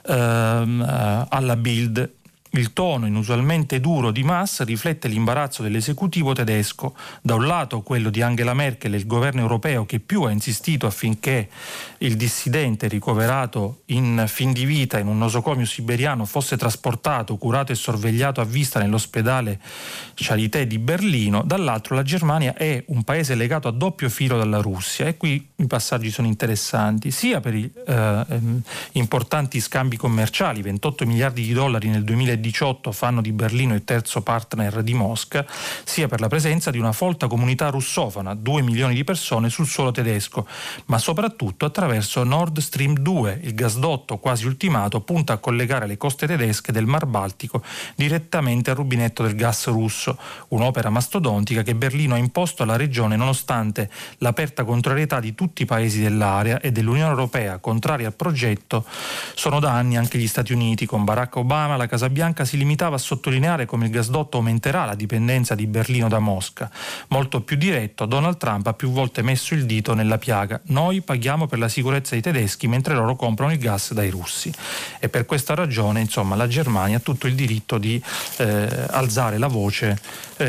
alla Bild. Il tono inusualmente duro di Maas riflette l'imbarazzo dell'esecutivo tedesco, da un lato quello di Angela Merkel e il governo europeo che più ha insistito affinché il dissidente ricoverato in fin di vita in un nosocomio siberiano fosse trasportato, curato e sorvegliato a vista nell'ospedale Charité di Berlino, dall'altro la Germania è un paese legato a doppio filo dalla Russia, e qui i passaggi sono interessanti, sia per i importanti scambi commerciali, $28 miliardi nel 2018 fanno di Berlino il terzo partner di Mosca, sia per la presenza di una folta comunità russofona, 2 milioni di persone sul suolo tedesco, ma soprattutto attraverso Nord Stream 2, il gasdotto quasi ultimato punta a collegare le coste tedesche del Mar Baltico direttamente al rubinetto del gas russo, un'opera mastodontica che Berlino ha imposto alla regione nonostante l'aperta contrarietà di tutti i paesi dell'area e dell'Unione Europea. Contrari al progetto sono da anni anche gli Stati Uniti. Con Barack Obama la Casa Bianca si limitava a sottolineare come il gasdotto aumenterà la dipendenza di Berlino da Mosca. Molto più diretto, Donald Trump ha più volte messo il dito nella piaga. Noi paghiamo per la sicurezza dei tedeschi mentre loro comprano il gas dai russi. E per questa ragione, insomma, la Germania ha tutto il diritto di alzare la voce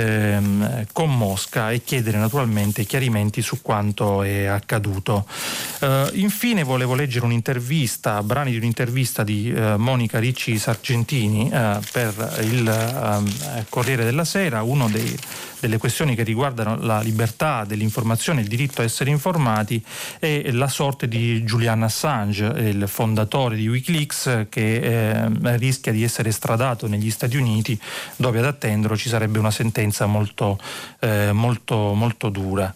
con Mosca e chiedere naturalmente chiarimenti su quanto è accaduto. Infine volevo leggere brani di un'intervista di Monica Ricci Sargentini per il Corriere della Sera. Delle questioni che riguardano la libertà dell'informazione, il diritto a essere informati, e la sorte di Julian Assange, il fondatore di Wikileaks, che rischia di essere estradato negli Stati Uniti, dove ad attenderlo ci sarebbe una sentenza molto dura.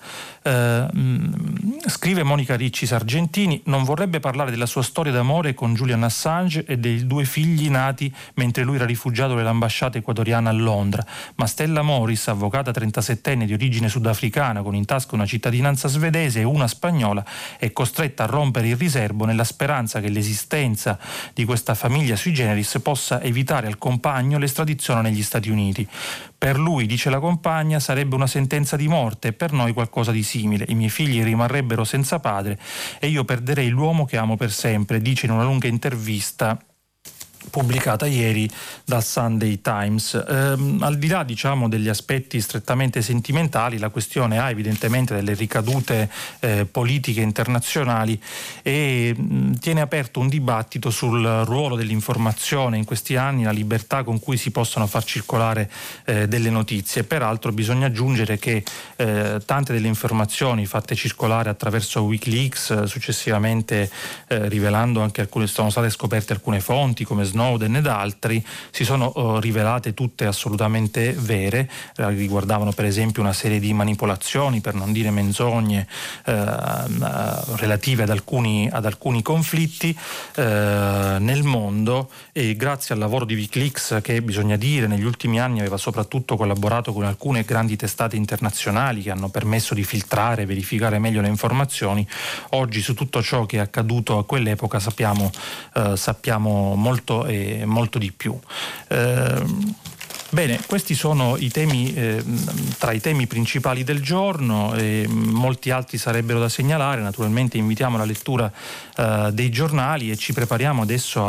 Scrive Monica Ricci Sargentini: non vorrebbe parlare della sua storia d'amore con Julian Assange e dei 2 figli nati mentre lui era rifugiato nell'ambasciata ecuadoriana a Londra, ma Stella Morris, avvocata 37enne di origine sudafricana con in tasca una cittadinanza svedese e una spagnola, è costretta a rompere il riserbo nella speranza che l'esistenza di questa famiglia sui generis possa evitare al compagno l'estradizione negli Stati Uniti. Per lui, dice la compagna, sarebbe una sentenza di morte e per noi qualcosa di simile. I miei figli rimarrebbero senza padre e io perderei l'uomo che amo per sempre, dice in una lunga intervista pubblicata ieri dal Sunday Times. Al di là, diciamo, degli aspetti strettamente sentimentali, la questione ha evidentemente delle ricadute politiche internazionali e tiene aperto un dibattito sul ruolo dell'informazione in questi anni, la libertà con cui si possono far circolare delle notizie. Peraltro bisogna aggiungere che tante delle informazioni fatte circolare attraverso Wikileaks, successivamente rivelando anche sono state scoperte alcune fonti come Snowden ed altri, si sono rivelate tutte assolutamente vere, riguardavano per esempio una serie di manipolazioni, per non dire menzogne, relative ad alcuni conflitti nel mondo, e grazie al lavoro di Wikileaks, che bisogna dire negli ultimi anni aveva soprattutto collaborato con alcune grandi testate internazionali che hanno permesso di filtrare e verificare meglio le informazioni, oggi su tutto ciò che è accaduto a quell'epoca sappiamo molto e molto di più. Bene, questi sono i temi, tra i temi principali del giorno, e molti altri sarebbero da segnalare. Naturalmente invitiamo alla lettura dei giornali e ci prepariamo adesso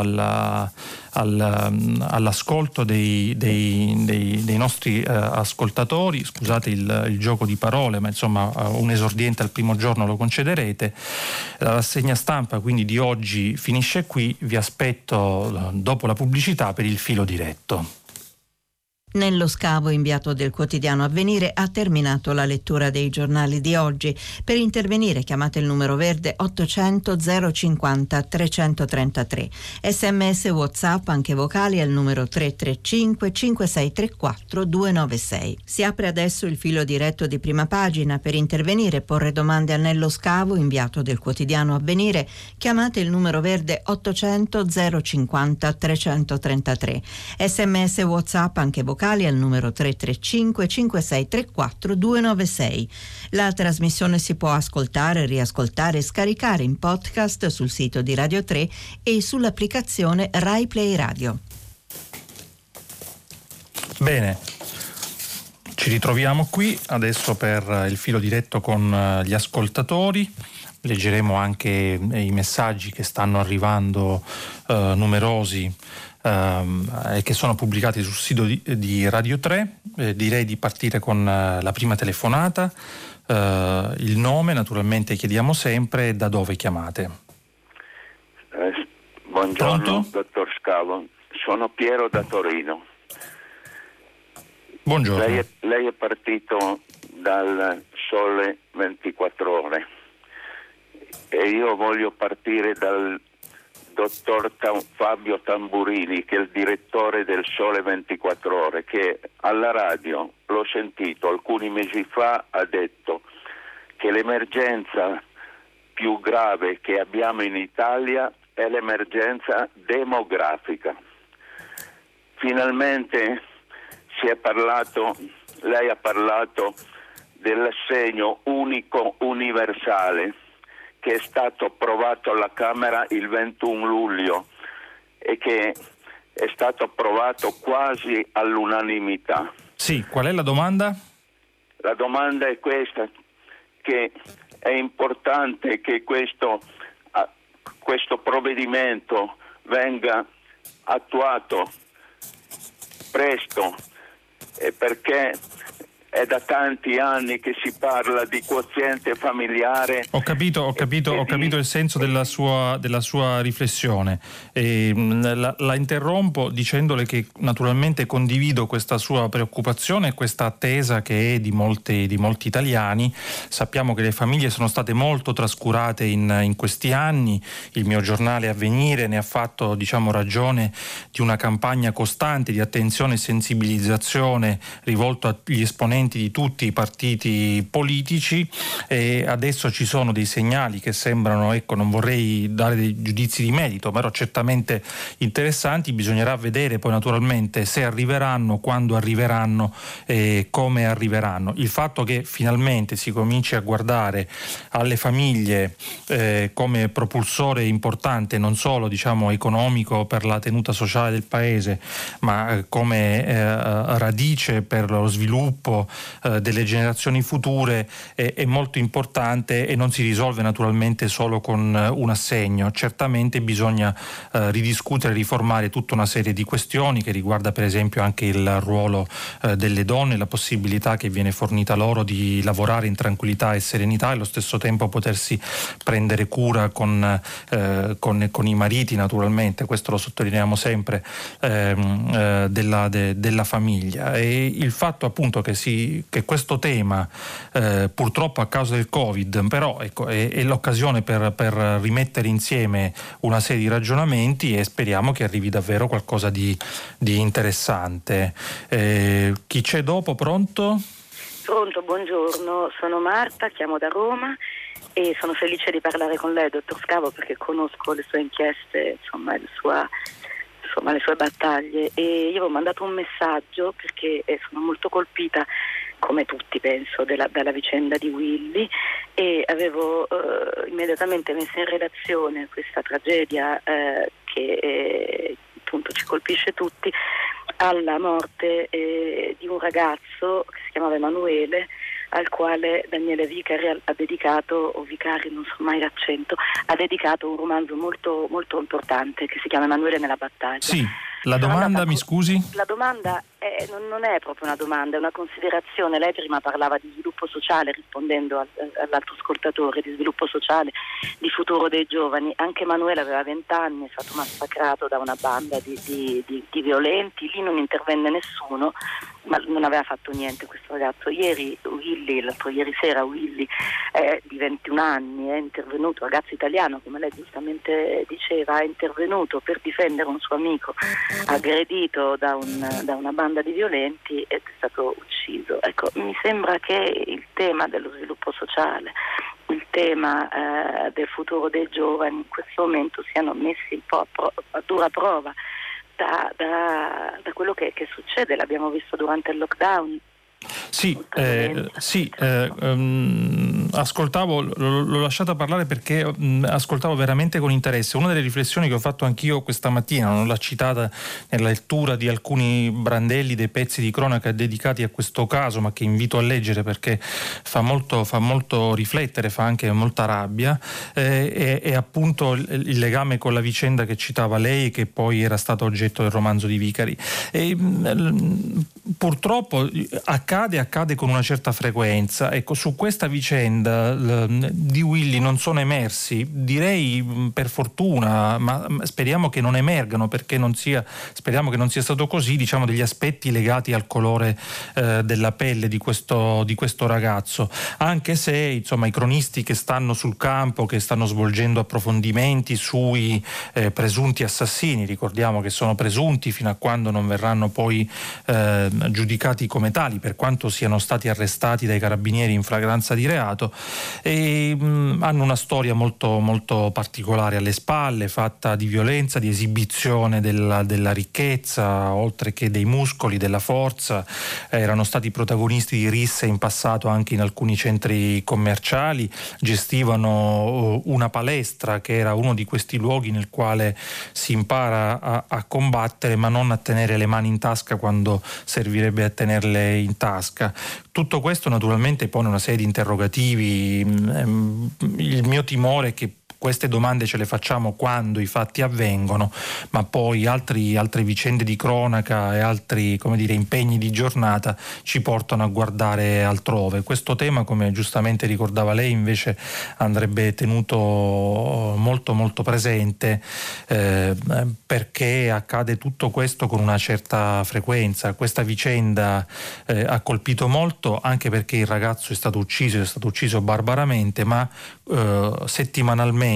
all'ascolto dei nostri ascoltatori. Scusate il gioco di parole, ma insomma un esordiente al primo giorno lo concederete. La rassegna stampa quindi di oggi finisce qui, vi aspetto dopo la pubblicità per il filo diretto. Nello Scavo, inviato del quotidiano Avvenire, ha terminato la lettura dei giornali di oggi. Per intervenire chiamate il numero verde 800 050 333. SMS WhatsApp anche vocali al numero 335 5634 296. Si apre adesso il filo diretto di Prima Pagina. Per intervenire e porre domande a Nello Scavo, inviato del quotidiano Avvenire, chiamate il numero verde 800 050 333. SMS WhatsApp anche vocali al numero 335 5634 296. La trasmissione si può ascoltare, riascoltare e scaricare in podcast sul sito di Radio 3 e sull'applicazione Rai Play Radio. Bene, ci ritroviamo qui adesso per il filo diretto con gli ascoltatori. Leggeremo anche i messaggi che stanno arrivando numerosi e che sono pubblicati sul sito di Radio 3. Direi di partire con la prima telefonata. Il nome naturalmente chiediamo sempre e da dove chiamate. Buongiorno. Pronto? Dottor Scavo, sono Piero da Torino. Buongiorno. Lei è partito dal Sole 24 Ore e io voglio partire dal dottor Fabio Tamburini, che è il direttore del Sole 24 Ore, che alla radio, l'ho sentito alcuni mesi fa, ha detto che l'emergenza più grave che abbiamo in Italia è l'emergenza demografica. Finalmente lei ha parlato dell'assegno unico universale, che è stato approvato alla Camera il 21 luglio e che è stato approvato quasi all'unanimità. Sì, qual è la domanda? La domanda è questa, che è importante che questo provvedimento venga attuato presto, perché è da tanti anni che si parla di quoziente familiare. Ho capito il senso della sua riflessione. La interrompo dicendole che naturalmente condivido questa sua preoccupazione e questa attesa che è di molti italiani. Sappiamo che le famiglie sono state molto trascurate in questi anni. Il mio giornale Avvenire ne ha fatto ragione di una campagna costante di attenzione e sensibilizzazione rivolto agli esponenti di tutti i partiti politici, e adesso ci sono dei segnali che sembrano, non vorrei dare dei giudizi di merito, però certamente interessanti. Bisognerà vedere poi naturalmente se arriveranno, quando arriveranno e come arriveranno. Il fatto che finalmente si cominci a guardare alle famiglie come propulsore importante non solo economico per la tenuta sociale del paese, ma come radice per lo sviluppo delle generazioni future è molto importante, e non si risolve naturalmente solo con un assegno. Certamente bisogna ridiscutere e riformare tutta una serie di questioni che riguarda per esempio anche il ruolo delle donne, la possibilità che viene fornita loro di lavorare in tranquillità e serenità e allo stesso tempo potersi prendere cura con i mariti, naturalmente, questo lo sottolineiamo sempre, della famiglia. E il fatto appunto che questo tema purtroppo a causa del Covid però è l'occasione per rimettere insieme una serie di ragionamenti, e speriamo che arrivi davvero qualcosa di interessante. Chi c'è dopo? Pronto, buongiorno, sono Marta, chiamo da Roma e sono felice di parlare con lei, dottor Scavo, perché conosco le sue inchieste, le sue battaglie, e io ho mandato un messaggio perché sono molto colpita, come tutti penso, dalla vicenda di Willy, e avevo immediatamente messo in relazione questa tragedia che appunto ci colpisce tutti alla morte di un ragazzo che si chiamava Emanuele, al quale Daniele Vicari ha dedicato, o Vicari non so mai l'accento, ha dedicato un romanzo molto, molto importante che si chiama Emanuele nella battaglia. Sì, la domanda, mi scusi? La domanda non è proprio una domanda, è una considerazione. Lei prima parlava di sviluppo sociale, rispondendo all'altro ascoltatore, di sviluppo sociale, di futuro dei giovani. Anche Emanuele aveva 20 anni, è stato massacrato da una banda di violenti, lì non intervenne nessuno, ma non aveva fatto niente questo ragazzo. Ieri sera Willy, di 21 anni, è intervenuto, ragazzo italiano, come lei giustamente diceva, è intervenuto per difendere un suo amico aggredito da una banda di violenti ed è stato ucciso. Ecco, mi sembra che il tema dello sviluppo sociale, il tema del futuro dei giovani in questo momento siano messi un po' a dura prova da quello che succede. L'abbiamo visto durante il lockdown. Ascoltavo, l'ho lasciata parlare perché ascoltavo veramente con interesse. Una delle riflessioni che ho fatto anch'io questa mattina, non l'ho citata nella lettura di alcuni brandelli dei pezzi di cronaca dedicati a questo caso, ma che invito a leggere perché fa molto riflettere, fa anche molta rabbia, è appunto il legame con la vicenda che citava lei, che poi era stata oggetto del romanzo di Vicari. Purtroppo accade con una certa frequenza. Ecco, su questa vicenda di Willy non sono emersi, direi per fortuna, ma speriamo che non emergano, perché speriamo che non sia stato così, diciamo, degli aspetti legati al colore della pelle di questo ragazzo, anche se insomma i cronisti che stanno sul campo, che stanno svolgendo approfondimenti sui presunti assassini, ricordiamo che sono presunti fino a quando non verranno poi giudicati come tali, per quanto siano stati arrestati dai carabinieri in flagranza di reato, e hanno una storia molto, molto particolare alle spalle, fatta di violenza, di esibizione della ricchezza, oltre che dei muscoli, della forza. Erano stati protagonisti di risse in passato anche in alcuni centri commerciali, gestivano una palestra che era uno di questi luoghi nel quale si impara a combattere, ma non a tenere le mani in tasca quando servirebbe a tenerle in tasca. Tutto questo naturalmente pone una serie di interrogativi. Il mio timore è che queste domande ce le facciamo quando i fatti avvengono, ma poi altre vicende di cronaca e altri, come dire, impegni di giornata ci portano a guardare altrove. Questo tema, come giustamente ricordava lei, invece andrebbe tenuto molto molto presente, perché accade tutto questo con una certa frequenza. Questa vicenda ha colpito molto, anche perché il ragazzo è stato ucciso barbaramente, ma settimanalmente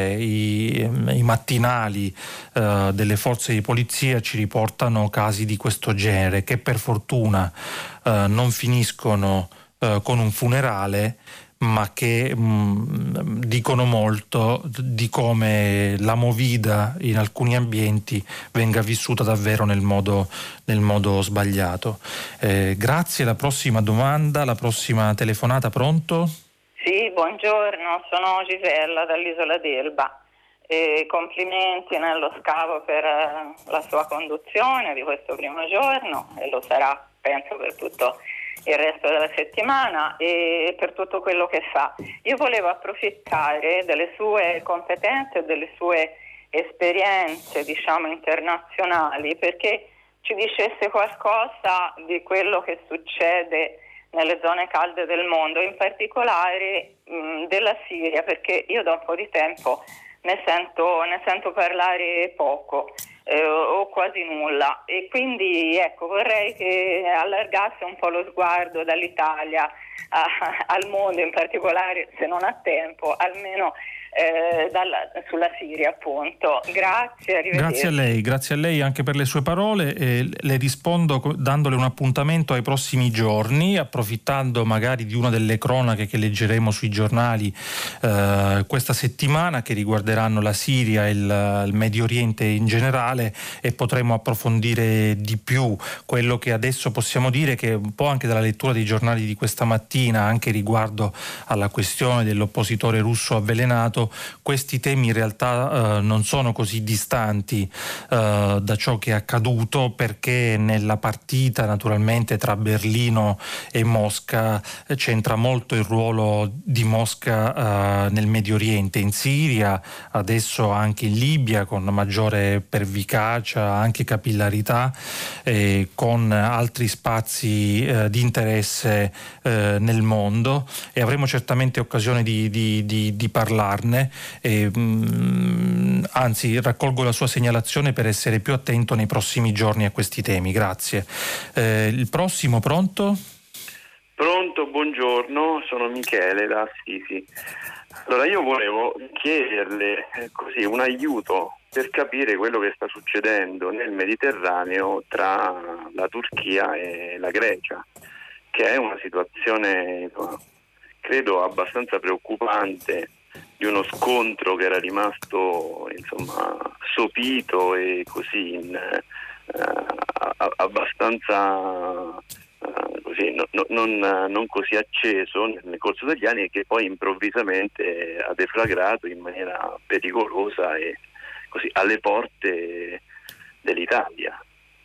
i mattinali delle forze di polizia ci riportano casi di questo genere, che per fortuna non finiscono con un funerale, ma che dicono molto di come la movida in alcuni ambienti venga vissuta davvero nel modo sbagliato. Grazie. La prossima domanda, la prossima telefonata. Pronto? Sì, buongiorno, sono Gisella dall'Isola d'Elba. Complimenti Nello Scavo per la sua conduzione di questo primo giorno, e lo sarà penso per tutto il resto della settimana, e per tutto quello che fa. Io volevo approfittare delle sue competenze e delle sue esperienze, diciamo, internazionali, perché ci dicesse qualcosa di quello che succede nelle zone calde del mondo, in particolare della Siria, perché io da un po' di tempo ne sento parlare poco o quasi nulla, e quindi ecco, vorrei che allargasse un po' lo sguardo dall'Italia al mondo, in particolare, se non ha tempo, almeno sulla Siria, appunto. Grazie, arrivederci. Grazie a lei anche per le sue parole. Le rispondo dandole un appuntamento ai prossimi giorni, approfittando magari di una delle cronache che leggeremo sui giornali questa settimana, che riguarderanno la Siria e il Medio Oriente in generale, e potremo approfondire di più quello che adesso possiamo dire, che un po' anche dalla lettura dei giornali di questa mattina, anche riguardo alla questione dell'oppositore russo avvelenato, quanto questi temi in realtà non sono così distanti da ciò che è accaduto, perché nella partita naturalmente tra Berlino e Mosca c'entra molto il ruolo di Mosca nel Medio Oriente, in Siria, adesso anche in Libia con maggiore pervicacia, anche capillarità, con altri spazi di interesse nel mondo, e avremo certamente occasione di parlarne. Anzi, raccolgo la sua segnalazione per essere più attento nei prossimi giorni a questi temi. Grazie. Il prossimo, pronto? Pronto, buongiorno, sono Michele da Assisi. Allora, io volevo chiederle così un aiuto per capire quello che sta succedendo nel Mediterraneo tra la Turchia e la Grecia, che è una situazione, credo, abbastanza preoccupante, di uno scontro che era rimasto, sopito e così abbastanza così, non così acceso nel corso degli anni, e che poi improvvisamente ha deflagrato in maniera pericolosa e così alle porte dell'Italia.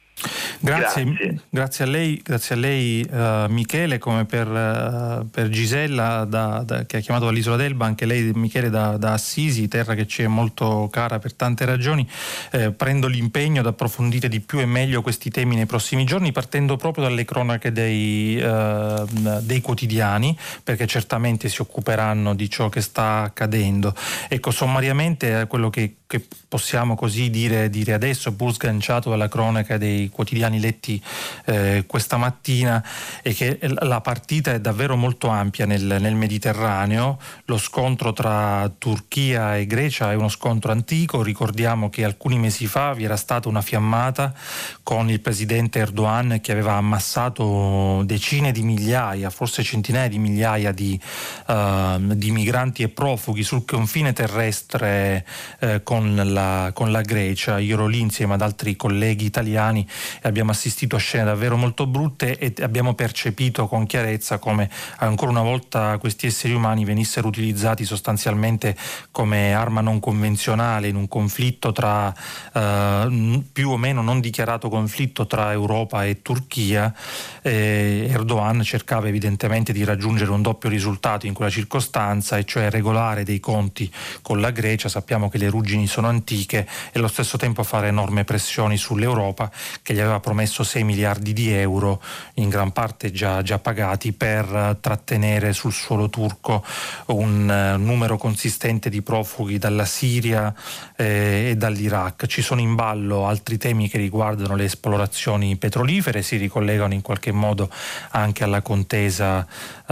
Grazie a lei Michele, come per Gisella che ha chiamato dall'Isola d'Elba, anche lei Michele da Assisi, terra che ci è molto cara per tante ragioni. Prendo l'impegno ad approfondire di più e meglio questi temi nei prossimi giorni, partendo proprio dalle cronache dei quotidiani, perché certamente si occuperanno di ciò che sta accadendo. Ecco, sommariamente quello che possiamo così dire adesso, pur sganciato dalla cronaca dei quotidiani letti questa mattina, è che la partita è davvero molto ampia nel Mediterraneo. Lo scontro tra Turchia e Grecia è uno scontro antico. Ricordiamo che alcuni mesi fa vi era stata una fiammata con il presidente Erdogan, che aveva ammassato decine di migliaia, forse centinaia di migliaia di migranti e profughi sul confine terrestre con la Grecia. Io ero lì insieme ad altri colleghi italiani e abbiamo assistito a scene davvero molto brutte, e abbiamo percepito con chiarezza come ancora una volta questi esseri umani venissero utilizzati sostanzialmente come arma non convenzionale in un conflitto tra più o meno non dichiarato conflitto tra Europa e Turchia. Erdogan cercava evidentemente di raggiungere un doppio risultato in quella circostanza, e cioè regolare dei conti con la Grecia. Sappiamo che le ruggini sono antiche, e allo stesso tempo fare enorme pressioni sull'Europa, che gli aveva promesso 6 miliardi di euro, in gran parte già pagati, per trattenere sul suolo turco un numero consistente di profughi dalla Siria e dall'Iraq. Ci sono in ballo altri temi che riguardano le esplorazioni petrolifere, si ricollegano in qualche modo anche alla contesa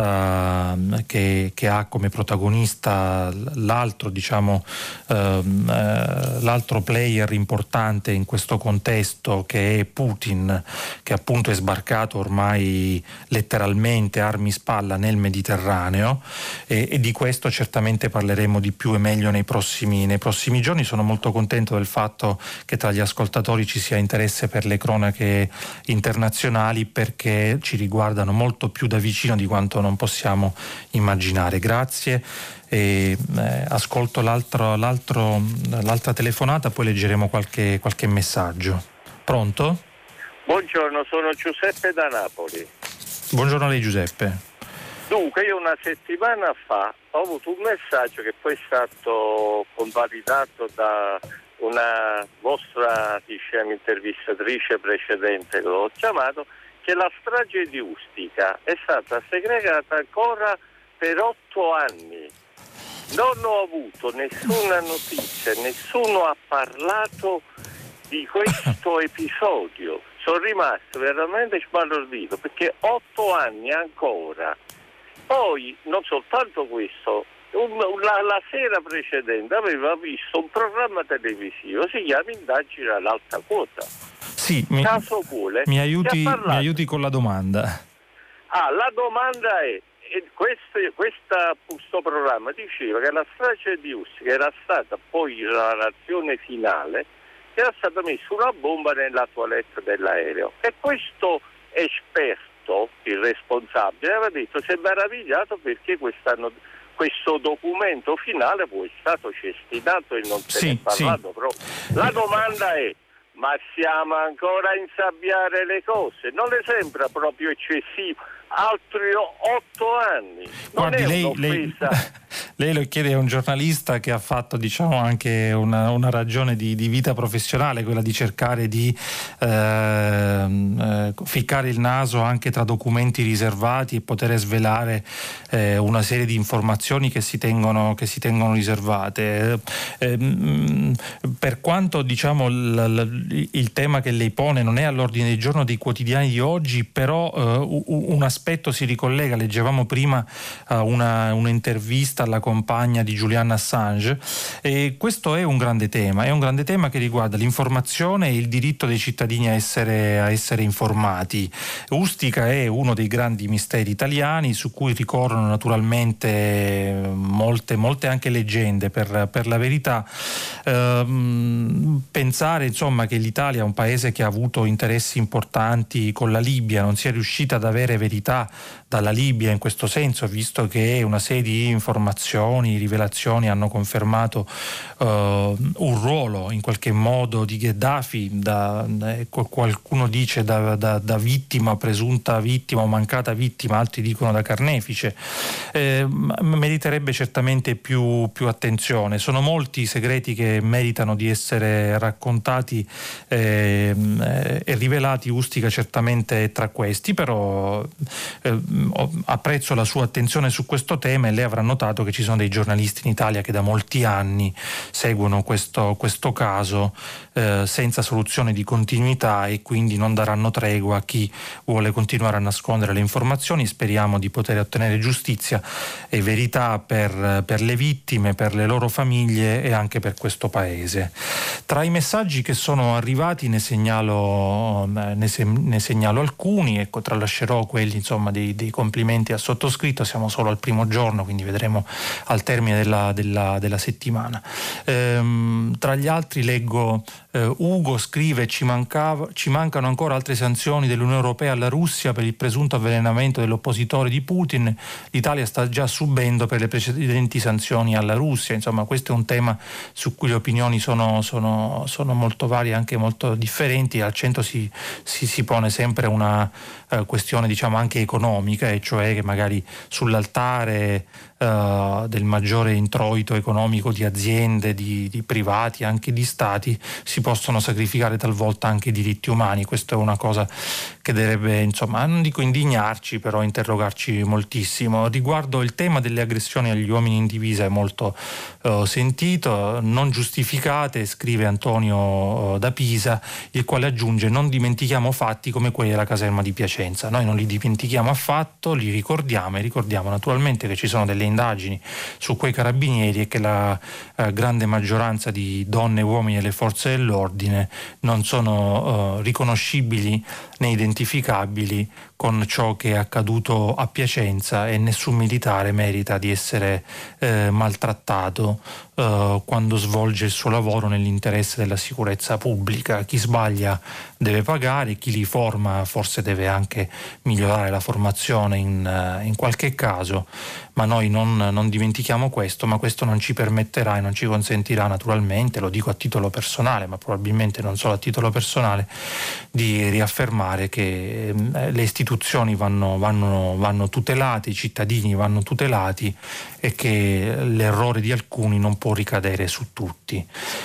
che ha come protagonista l'altro player importante in questo contesto, che è Putin, che appunto è sbarcato ormai letteralmente armi spalla nel Mediterraneo, e di questo certamente parleremo di più e meglio nei prossimi giorni. Sono molto contento del fatto che tra gli ascoltatori ci sia interesse per le cronache internazionali, perché ci riguardano molto più da vicino di quanto non possiamo immaginare. Grazie. Ascolto l'altra telefonata, poi leggeremo qualche messaggio. Pronto? Buongiorno, sono Giuseppe da Napoli. Buongiorno a lei, Giuseppe. Dunque, io una settimana fa ho avuto un messaggio che poi è stato convalidato da una vostra intervistatrice precedente che l'ho chiamato, che la strage di Ustica è stata segregata ancora per 8 anni. Non ho avuto nessuna notizia, nessuno ha parlato di questo episodio. Sono rimasto veramente sbalordito, perché 8 anni ancora. Poi, non soltanto questo, la sera precedente aveva visto un programma televisivo, si chiama Indagine all'alta quota. Sì, Caso vuole, mi aiuti con la domanda. La domanda è, questo programma diceva che la strage di Ustica era stata poi la reazione finale, era stata messa una bomba nella toilette dell'aereo, e questo esperto Benedetto, il responsabile, aveva detto si è meravigliato perché questo documento finale poi è stato cestinato e non se ne è parlato proprio. La domanda è: ma siamo ancora a insabbiare le cose? Non le sembra proprio eccessivo? Altri 8 anni. Non Guardi, è un'offesa. lei lo chiede a un giornalista che ha fatto, diciamo, anche una ragione di vita professionale, quella di cercare di ficcare il naso anche tra documenti riservati e poter svelare una serie di informazioni che si tengono riservate. Per quanto, diciamo, il tema che lei pone non è all'ordine del giorno dei quotidiani di oggi, però un aspetto si ricollega. Leggevamo prima un'intervista alla compagna di Julian Assange, e questo è un grande tema che riguarda l'informazione e il diritto dei cittadini a essere informati. Ustica è uno dei grandi misteri italiani su cui ricorrono naturalmente molte anche leggende, per la verità. Pensare, insomma, che l'Italia è un paese che ha avuto interessi importanti con la Libia, non sia riuscita ad avere verità dalla Libia in questo senso, visto che una serie di informazioni, rivelazioni hanno confermato un ruolo in qualche modo di Gheddafi, qualcuno dice da vittima, presunta vittima o mancata vittima, altri dicono da carnefice. Meriterebbe certamente più attenzione. Sono molti i segreti che meritano di essere raccontati e rivelati. Ustica certamente è tra questi, però apprezzo la sua attenzione su questo tema, e lei avrà notato che ci sono dei giornalisti in Italia che da molti anni seguono questo caso senza soluzione di continuità, e quindi non daranno tregua a chi vuole continuare a nascondere le informazioni. Speriamo di poter ottenere giustizia e verità per le vittime, per le loro famiglie e anche per questo paese. Tra i messaggi che sono arrivati ne segnalo alcuni, ecco, tralascerò quelli, insomma, dei complimenti al sottoscritto. Siamo solo al primo giorno, quindi vedremo al termine della settimana. Tra gli altri leggo Ugo scrive: ci mancano ancora altre sanzioni dell'Unione Europea alla Russia per il presunto avvelenamento dell'oppositore di Putin. L'Italia sta già subendo per le precedenti sanzioni alla Russia. Insomma, questo è un tema su cui le opinioni sono molto varie, anche molto differenti. Al centro si pone sempre una questione, diciamo, anche economica, e cioè che magari sull'altare del maggiore introito economico di aziende, di privati, anche di stati, si possono sacrificare talvolta anche i diritti umani. Questa è una cosa che dovrebbe, insomma, non dico indignarci, però interrogarci moltissimo. Riguardo il tema delle aggressioni agli uomini in divisa è molto sentito, non giustificate, scrive Antonio da Pisa, il quale aggiunge: non dimentichiamo fatti come quelli della caserma di Piacenza. Noi non li dimentichiamo affatto, li ricordiamo, e ricordiamo naturalmente che ci sono delle indagini su quei carabinieri e che la grande maggioranza di donne e uomini delle forze dell'ordine non sono riconoscibili né identificabili con ciò che è accaduto a Piacenza, e nessun militare merita di essere maltrattato quando svolge il suo lavoro nell'interesse della sicurezza pubblica. Chi sbaglia deve pagare, chi li forma forse deve anche migliorare la formazione in qualche caso, ma noi non dimentichiamo questo. Ma questo non ci permetterà e non ci consentirà, naturalmente, lo dico a titolo personale, ma probabilmente non solo a titolo personale, di riaffermare che le istituzioni vanno tutelate, i cittadini vanno tutelati, e che l'errore di alcuni non può ricadere su tutti.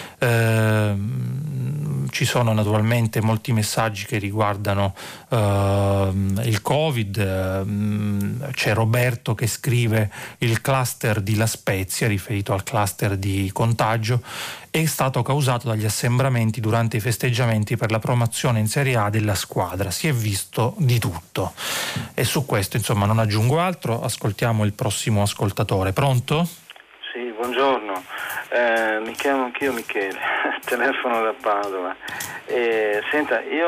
Ci sono naturalmente molti messaggi che riguardano il Covid. C'è Roberto che scrive: il cluster di La Spezia, riferito al cluster di contagio, è stato causato dagli assembramenti durante i festeggiamenti per la promozione in Serie A della squadra. Si è visto di tutto. E su questo, insomma, non aggiungo altro. Ascoltiamo il prossimo ascoltatore. Pronto? Sì, buongiorno. Mi chiamo anch'io Michele, telefono da Padova. Senta, io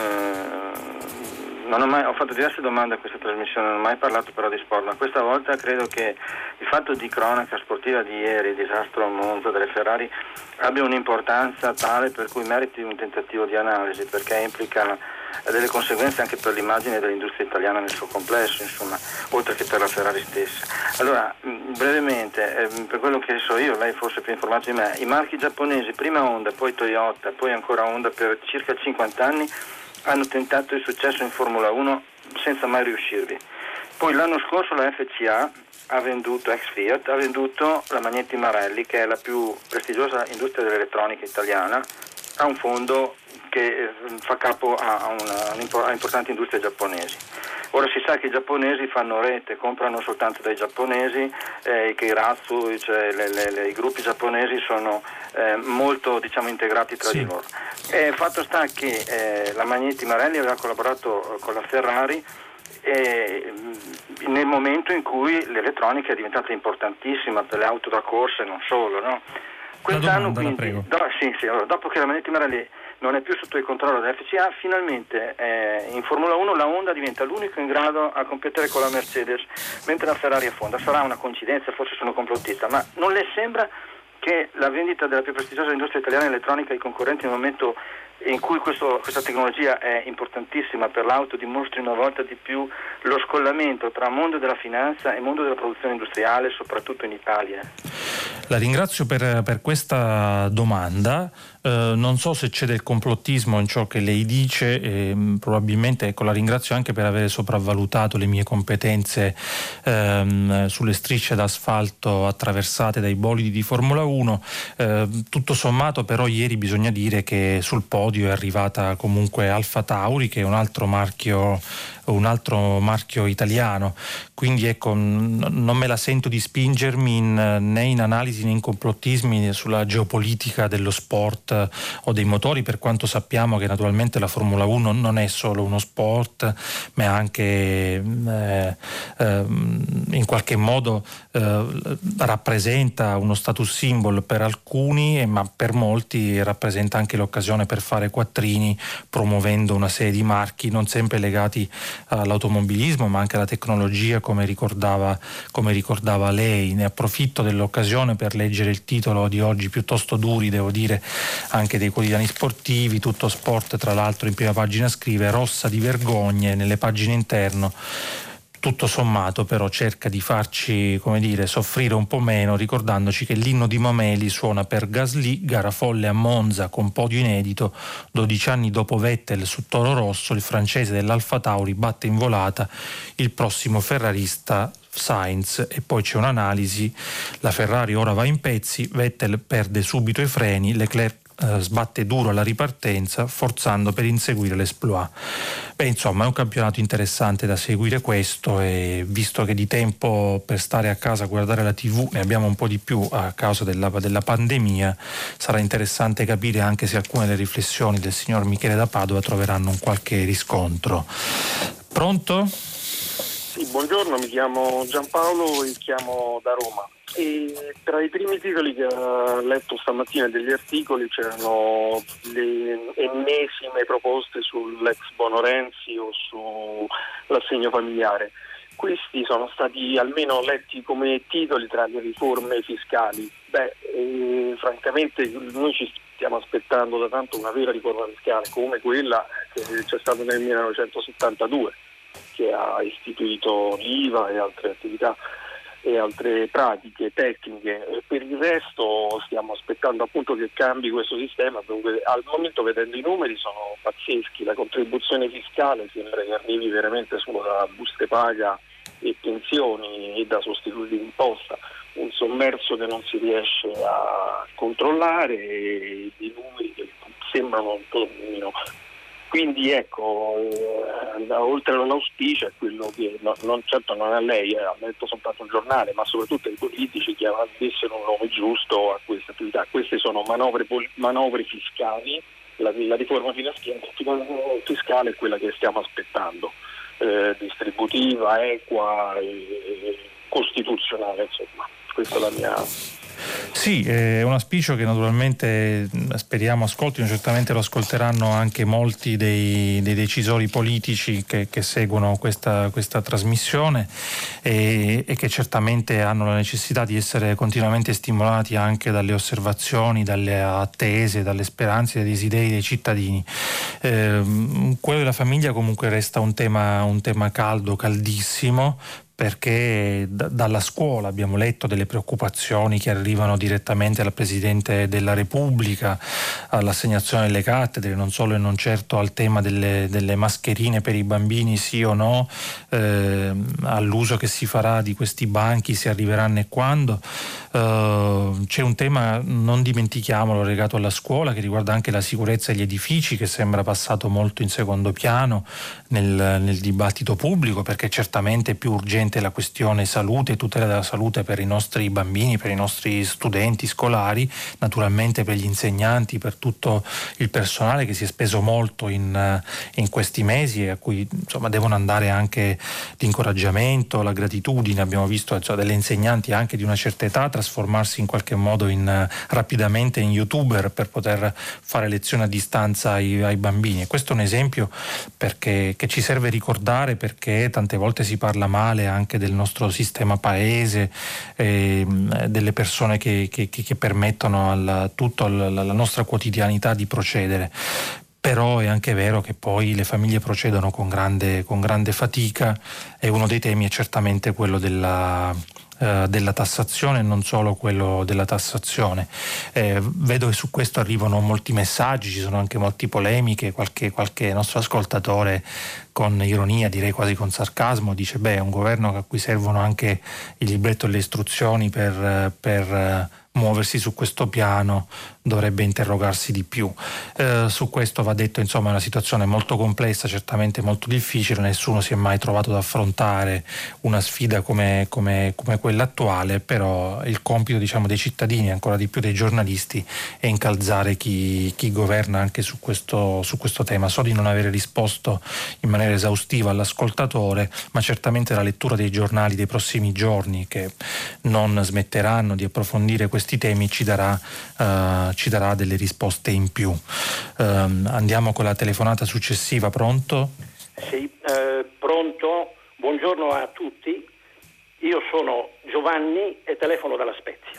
ho fatto diverse domande a questa trasmissione, non ho mai parlato però di sport, ma questa volta credo che il fatto di cronaca sportiva di ieri, il disastro a Monza delle Ferrari, abbia un'importanza tale per cui meriti un tentativo di analisi, perché implica ha delle conseguenze anche per l'immagine dell'industria italiana nel suo complesso, insomma, oltre che per la Ferrari stessa. Allora, brevemente, per quello che so io, lei forse è più informato di me, i marchi giapponesi, prima Honda, poi Toyota, poi ancora Honda, per circa 50 anni hanno tentato il successo in Formula 1 senza mai riuscirvi. Poi l'anno scorso la FCA ha venduto, ex Fiat, ha venduto la Magneti Marelli, che è la più prestigiosa industria dell'elettronica italiana, a un fondo che fa capo a importanti industrie giapponesi. Ora si sa che i giapponesi fanno rete, comprano soltanto dai giapponesi, che i Ratsu, cioè i gruppi giapponesi sono molto, diciamo, integrati tra di loro. Fatto sta che la Magneti Marelli aveva collaborato con la Ferrari nel momento in cui l'elettronica è diventata importantissima per le auto da corsa e non solo, no? Quest'anno quindi, dopo che la Magneti Marelli non è più sotto il controllo della FCA, finalmente in Formula 1 la Honda diventa l'unico in grado a competere con la Mercedes, mentre la Ferrari affonda. Sarà una coincidenza, forse sono complottista, ma non le sembra che la vendita della più prestigiosa industria italiana elettronica ai concorrenti nel momento in cui questa tecnologia è importantissima per l'auto dimostri una volta di più lo scollamento tra mondo della finanza e mondo della produzione industriale, soprattutto in Italia? La ringrazio per questa domanda. Non so se c'è del complottismo in ciò che lei dice, probabilmente la ringrazio anche per aver sopravvalutato le mie competenze sulle strisce d'asfalto attraversate dai bolidi di Formula 1. Tutto sommato però ieri bisogna dire che sul podio è arrivata comunque Alfa Tauri, che è un altro marchio italiano, quindi ecco, non me la sento di spingermi né in analisi né in complottismi sulla geopolitica dello sport o dei motori, per quanto sappiamo che naturalmente la Formula 1 non è solo uno sport, ma è anche in qualche modo rappresenta uno status symbol per alcuni, ma per molti rappresenta anche l'occasione per fare quattrini, promuovendo una serie di marchi non sempre legati all'automobilismo ma anche alla tecnologia, come ricordava lei. Ne approfitto dell'occasione per leggere il titolo di oggi, piuttosto duri devo dire, anche dei quotidiani sportivi. Tutto Sport tra l'altro in prima pagina scrive: rossa di vergogne nelle pagine interno. Tutto sommato però cerca di farci, come dire, soffrire un po' meno, ricordandoci che l'inno di Mameli suona per Gasly, gara folle a Monza con podio inedito. 12 anni dopo Vettel su Toro Rosso, il francese dell'Alfa Tauri batte in volata il prossimo ferrarista Sainz. E poi c'è un'analisi: la Ferrari ora va in pezzi, Vettel perde subito i freni, Leclerc sbatte duro alla ripartenza, forzando per inseguire l'Exploit. Insomma, è un campionato interessante da seguire questo, e visto che di tempo per stare a casa a guardare la TV ne abbiamo un po' di più a causa della pandemia, sarà interessante capire anche se alcune delle riflessioni del signor Michele da Padova troveranno un qualche riscontro. Pronto? Sì, buongiorno, mi chiamo Giampaolo e chiamo da Roma. E tra i primi titoli che ho letto stamattina degli articoli c'erano le ennesime proposte sull'ex Bono Renzi o sull'assegno familiare. Questi sono stati almeno letti come titoli tra le riforme fiscali. Francamente noi ci stiamo aspettando da tanto una vera riforma fiscale come quella che c'è stata nel 1972, che ha istituito l'IVA e altre attività e altre pratiche tecniche. Per il resto stiamo aspettando appunto che cambi questo sistema. Dunque, al momento, vedendo i numeri, sono pazzeschi. La contribuzione fiscale sembra che arrivi veramente solo da buste paga e pensioni e da sostituti d'imposta, un sommerso che non si riesce a controllare e dei numeri che sembrano un tornino. Quindi ecco, oltre all'auspicio è quello che certo non a lei, ha detto soltanto un giornale, ma soprattutto ai politici che dessero un nome giusto a queste attività. Queste sono manovre fiscali, la riforma fiscale è quella che stiamo aspettando, distributiva, equa e costituzionale, insomma. Questa è la mia Sì, è un auspicio che naturalmente speriamo ascoltino, certamente lo ascolteranno anche molti dei decisori politici che seguono questa trasmissione e che certamente hanno la necessità di essere continuamente stimolati anche dalle osservazioni, dalle attese, dalle speranze, dai desideri dei cittadini. Quello della famiglia comunque resta un tema caldo, caldissimo, perché dalla scuola abbiamo letto delle preoccupazioni che arrivano direttamente dal Presidente della Repubblica, all'assegnazione delle cattedre, non solo e non certo al tema delle mascherine per i bambini, sì o no, all'uso che si farà di questi banchi, se arriveranno e quando. C'è un tema, non dimentichiamolo, legato alla scuola, che riguarda anche la sicurezza degli edifici, che sembra passato molto in secondo piano nel dibattito pubblico, perché certamente è più urgente la questione salute, tutela della salute per i nostri bambini, per i nostri studenti scolari, naturalmente per gli insegnanti, per tutto il personale che si è speso molto in questi mesi e a cui insomma devono andare anche l'incoraggiamento, la gratitudine. Abbiamo visto delle insegnanti anche di una certa età trasformarsi in qualche modo rapidamente in youtuber per poter fare lezioni a distanza ai bambini, e questo è un esempio che ci serve ricordare, perché tante volte si parla male anche del nostro sistema paese, delle persone che permettono alla nostra quotidianità di procedere. Però è anche vero che poi le famiglie procedono con grande fatica, e uno dei temi è certamente quello della tassazione, e non solo quello della tassazione. Vedo che su questo arrivano molti messaggi, ci sono anche molte polemiche, qualche nostro ascoltatore con ironia, direi quasi con sarcasmo, dice è un governo a cui servono anche il libretto e le istruzioni per muoversi su questo piano, dovrebbe interrogarsi di più. Su questo va detto, insomma, è una situazione molto complessa, certamente molto difficile, nessuno si è mai trovato ad affrontare una sfida come quella attuale, però il compito, diciamo, dei cittadini, ancora di più dei giornalisti, è incalzare chi governa anche su questo tema. So di non avere risposto in maniera esaustiva all'ascoltatore, ma certamente la lettura dei giornali dei prossimi giorni, che non smetteranno di approfondire questi temi, ci darà delle risposte in più. Andiamo con la telefonata successiva. Pronto? Sì, pronto. Buongiorno a tutti. Io sono Giovanni e telefono dalla Spezia.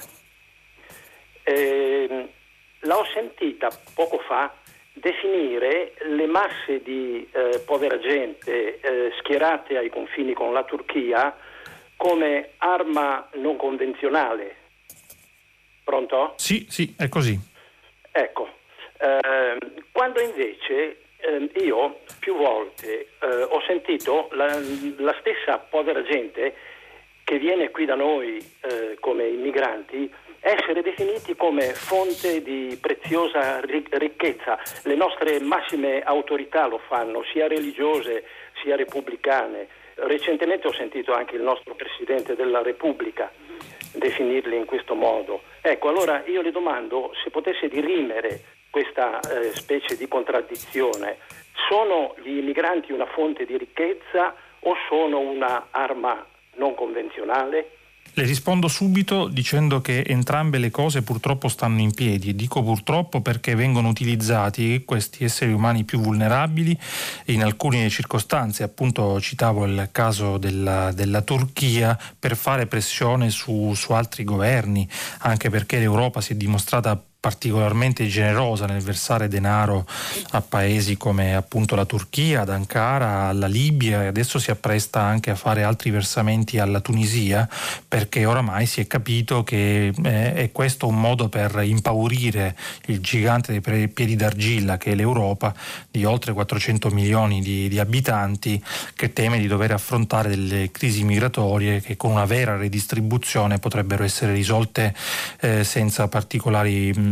L'ho sentita poco fa definire le masse di povera gente schierate ai confini con la Turchia come arma non convenzionale. Pronto? Sì, è così. Ecco, quando invece io più volte ho sentito la stessa povera gente che viene qui da noi come immigranti essere definiti come fonte di preziosa ricchezza. Le nostre massime autorità lo fanno, sia religiose sia repubblicane. Recentemente ho sentito anche il nostro Presidente della Repubblica definirli in questo modo. Ecco, allora io le domando se potesse dirimere questa specie di contraddizione. Sono gli immigranti una fonte di ricchezza o sono una arma non convenzionale? Le rispondo subito dicendo che entrambe le cose purtroppo stanno in piedi. Dico purtroppo perché vengono utilizzati questi esseri umani più vulnerabili in alcune circostanze. Appunto citavo il caso della Turchia, per fare pressione su altri governi, anche perché l'Europa si è dimostrata particolarmente generosa nel versare denaro a paesi come appunto la Turchia, ad Ankara, alla Libia, e adesso si appresta anche a fare altri versamenti alla Tunisia, perché oramai si è capito che è questo un modo per impaurire il gigante dei piedi d'argilla che è l'Europa, di oltre 400 milioni di abitanti, che teme di dover affrontare delle crisi migratorie che con una vera redistribuzione potrebbero essere risolte senza particolari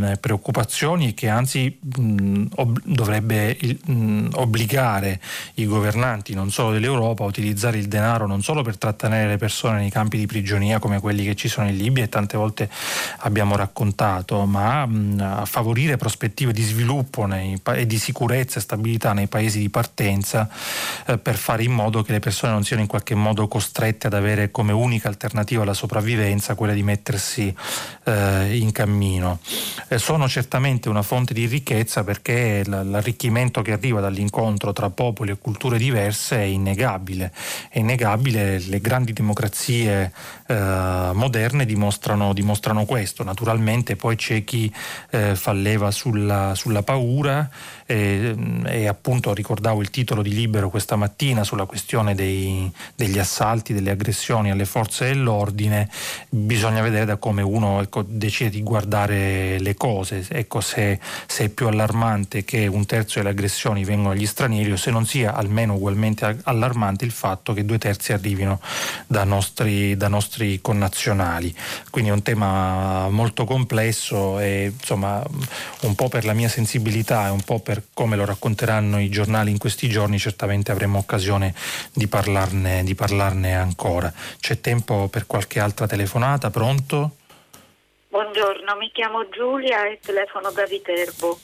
preoccupazioni e che anzi dovrebbe obbligare i governanti non solo dell'Europa a utilizzare il denaro non solo per trattenere le persone nei campi di prigionia come quelli che ci sono in Libia e tante volte abbiamo raccontato, ma a favorire prospettive di sviluppo e di sicurezza e stabilità nei paesi di partenza, per fare in modo che le persone non siano in qualche modo costrette ad avere come unica alternativa alla sopravvivenza quella di mettersi in cammino. Sono certamente una fonte di ricchezza, perché l'arricchimento che arriva dall'incontro tra popoli e culture diverse è innegabile. Le grandi democrazie moderne dimostrano questo. Naturalmente poi c'è chi fa leva sulla paura e appunto ricordavo il titolo di Libero questa mattina sulla questione degli assalti, delle aggressioni alle forze dell'ordine. Bisogna vedere da come uno decide di guardare le cose, se è più allarmante che un terzo delle aggressioni vengono dagli stranieri, o se non sia almeno ugualmente allarmante il fatto che 2/3 arrivino da nostri connazionali. Quindi è un tema molto complesso e insomma un po' per la mia sensibilità e un po' per come lo racconteranno i giornali in questi giorni certamente avremo occasione di parlarne ancora. C'è tempo per qualche altra telefonata? Pronto? Buongiorno, mi chiamo Giulia e telefono da Viterbo.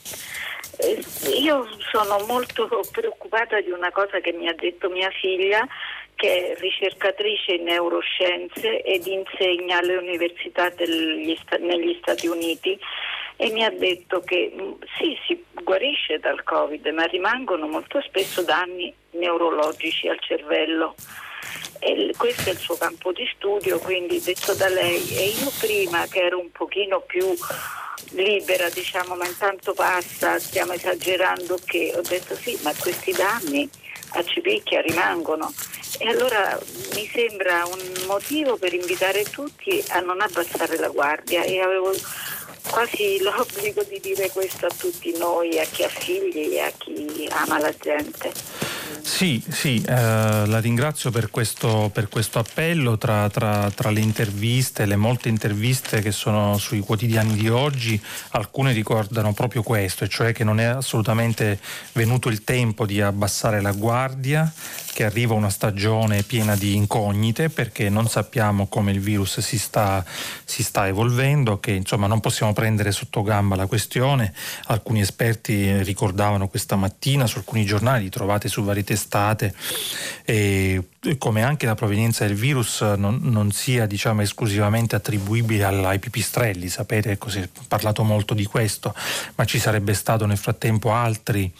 Io sono molto preoccupata di una cosa che mi ha detto mia figlia, che è ricercatrice in neuroscienze ed insegna alle università negli Stati Uniti, e mi ha detto che sì, si guarisce dal Covid, ma rimangono molto spesso danni neurologici al cervello. E questo è il suo campo di studio, quindi detto da lei. E io prima, che ero un pochino più libera, diciamo, ma intanto passa, stiamo esagerando, che ho detto sì, ma questi danni a Cipicchia rimangono. E allora mi sembra un motivo per invitare tutti a non abbassare la guardia, e avevo quasi l'obbligo di dire questo a tutti noi, a chi ha figli e a chi ama la gente. Sì, la ringrazio per questo appello. Tra le interviste, le molte interviste che sono sui quotidiani di oggi, alcune ricordano proprio questo, e cioè che non è assolutamente venuto il tempo di abbassare la guardia, che arriva una stagione piena di incognite, perché non sappiamo come il virus si sta evolvendo, che insomma non possiamo prendere sotto gamba la questione. Alcuni esperti ricordavano questa mattina su alcuni giornali, li trovate su varie testate, come anche la provenienza del virus non sia, diciamo, esclusivamente attribuibile ai pipistrelli. Sapete, si è parlato molto di questo, ma ci sarebbe stato nel frattempo altri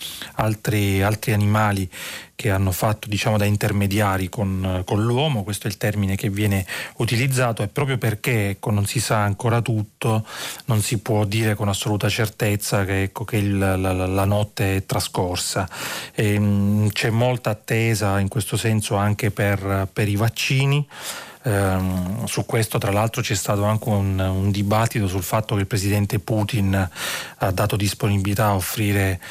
animali che hanno fatto, diciamo, da intermediari con l'uomo. Questo è il termine che viene utilizzato, e proprio perché non si sa ancora tutto, non si può dire con assoluta certezza che la notte è trascorsa. C'è molta attesa in questo senso anche per i vaccini. Su questo tra l'altro c'è stato anche un dibattito sul fatto che il presidente Putin ha dato disponibilità a offrire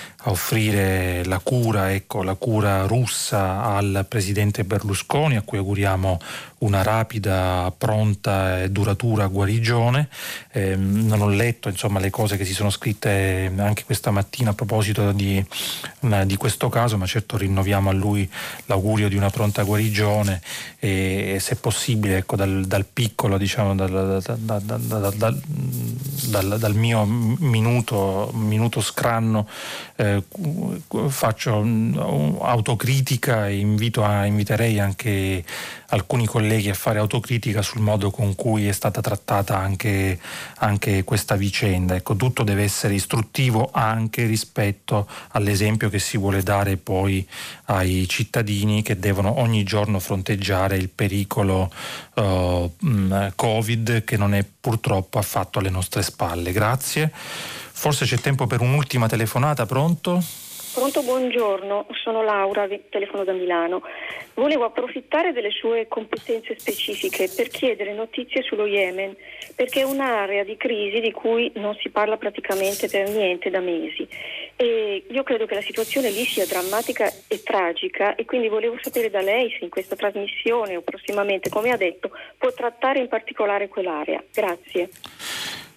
la cura russa al presidente Berlusconi, a cui auguriamo una rapida, pronta e duratura guarigione. Non ho letto le cose che si sono scritte anche questa mattina a proposito di questo caso, ma certo rinnoviamo a lui l'augurio di una pronta guarigione e se possibile, dal piccolo, diciamo, dal mio minuto scranno, faccio autocritica e inviterei anche alcuni colleghi a fare autocritica sul modo con cui è stata trattata anche questa vicenda. Tutto deve essere istruttivo anche rispetto all'esempio che si vuole dare poi ai cittadini che devono ogni giorno fronteggiare il pericolo Covid, che non è purtroppo affatto alle nostre spalle. Grazie. Forse c'è tempo per un'ultima telefonata. Pronto? Pronto, buongiorno, sono Laura, telefono da Milano. Volevo approfittare delle sue competenze specifiche per chiedere notizie sullo Yemen, perché è un'area di crisi di cui non si parla praticamente per niente da mesi. E io credo che la situazione lì sia drammatica e tragica, e quindi volevo sapere da lei se in questa trasmissione o prossimamente, come ha detto, può trattare in particolare quell'area. Grazie.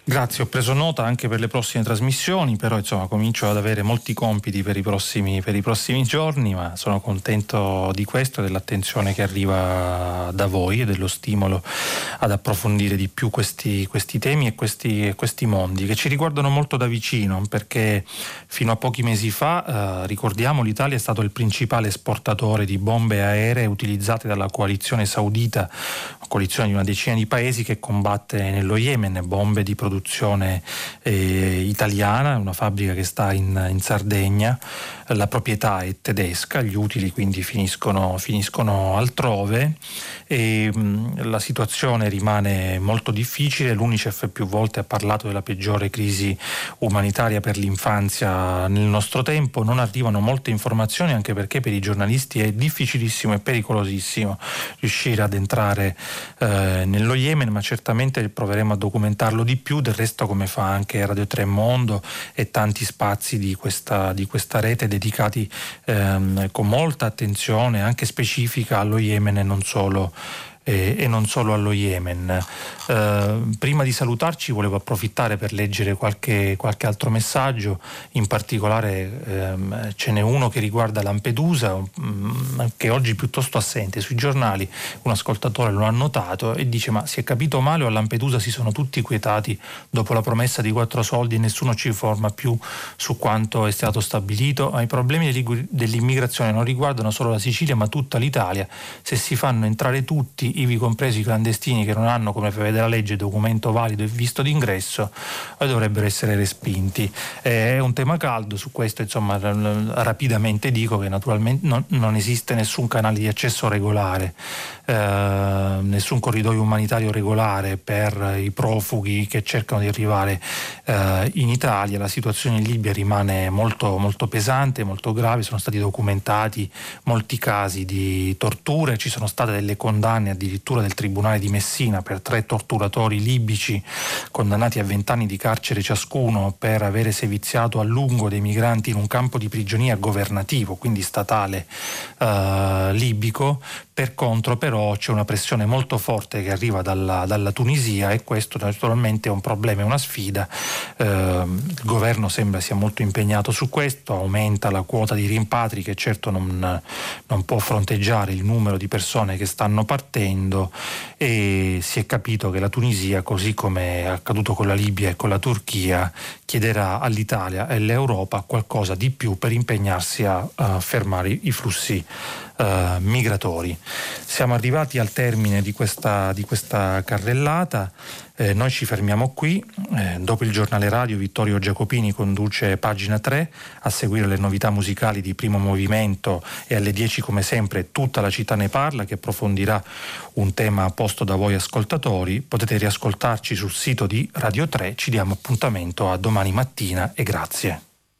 Grazie, ho preso nota anche per le prossime trasmissioni, però insomma comincio ad avere molti compiti per i prossimi giorni, ma sono contento di questo, dell'attenzione che arriva da voi e dello stimolo ad approfondire di più questi temi e questi mondi che ci riguardano molto da vicino, perché fino a pochi mesi fa, ricordiamo, l'Italia è stato il principale esportatore di bombe aeree utilizzate dalla coalizione saudita, coalizione di una decina di paesi che combatte nello Yemen, bombe di produzione italiana, una fabbrica che sta in Sardegna, la proprietà è tedesca, gli utili quindi finiscono altrove e la situazione rimane molto difficile. L'UNICEF più volte ha parlato della peggiore crisi umanitaria per l'infanzia nel nostro tempo, non arrivano molte informazioni anche perché per i giornalisti è difficilissimo e pericolosissimo riuscire ad entrare nello Yemen, ma certamente proveremo a documentarlo di più, del resto come fa anche Radio 3 Mondo e tanti spazi di questa rete dedicati con molta attenzione anche specifica allo Yemen e non solo allo Yemen. Prima di salutarci volevo approfittare per leggere qualche altro messaggio, in particolare ce n'è uno che riguarda Lampedusa, che oggi è piuttosto assente sui giornali. Un ascoltatore lo ha notato e dice: ma si è capito male o a Lampedusa si sono tutti quietati dopo la promessa di 4 soldi e nessuno ci informa più su quanto è stato stabilito? Ma i problemi dell'immigrazione non riguardano solo la Sicilia ma tutta l'Italia. Se si fanno entrare tutti, ivi compresi i clandestini che non hanno, come prevede la legge, documento valido e visto d'ingresso, dovrebbero essere respinti. È un tema caldo, su questo insomma rapidamente dico che naturalmente non esiste nessun canale di accesso regolare, nessun corridoio umanitario regolare per i profughi che cercano di arrivare in Italia. La situazione in Libia rimane molto, molto pesante, molto grave, sono stati documentati molti casi di torture, ci sono state delle condanne addirittura del Tribunale di Messina per 3 torturatori libici condannati a 20 anni di carcere ciascuno per avere seviziato a lungo dei migranti in un campo di prigionia governativo, quindi statale libico. Per contro però c'è una pressione molto forte che arriva dalla Tunisia e questo naturalmente è un problema, è una sfida. Il governo sembra sia molto impegnato su questo, aumenta la quota di rimpatri che certo non può fronteggiare il numero di persone che stanno partendo, e si è capito che la Tunisia, così come è accaduto con la Libia e con la Turchia, chiederà all'Italia e all'Europa qualcosa di più per impegnarsi a fermare i flussi migratori. Siamo arrivati al termine di questa carrellata. Noi ci fermiamo qui. Dopo il giornale radio Vittorio Giacopini conduce Pagina 3, a seguire le novità musicali di Primo Movimento e alle 10 come sempre Tutta la città ne parla, che approfondirà un tema posto da voi ascoltatori. Potete riascoltarci sul sito di Radio 3. Ci diamo appuntamento a domani mattina e grazie.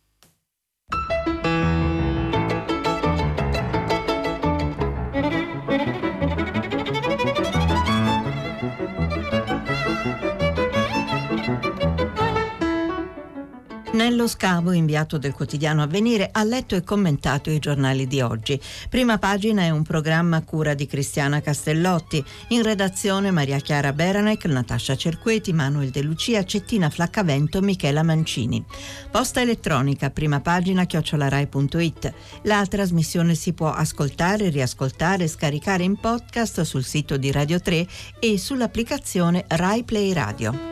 Nello Scavo, inviato del quotidiano Avvenire, ha letto e commentato i giornali di oggi. Prima Pagina è un programma a cura di Cristiana Castellotti. In redazione Maria Chiara Beranec, Natascia Cerqueti, Manuel De Lucia, Cettina Flaccavento, Michela Mancini. Posta elettronica primapagina@rai.it. La trasmissione si può ascoltare, riascoltare e scaricare in podcast sul sito di Radio 3 e sull'applicazione Rai Play Radio.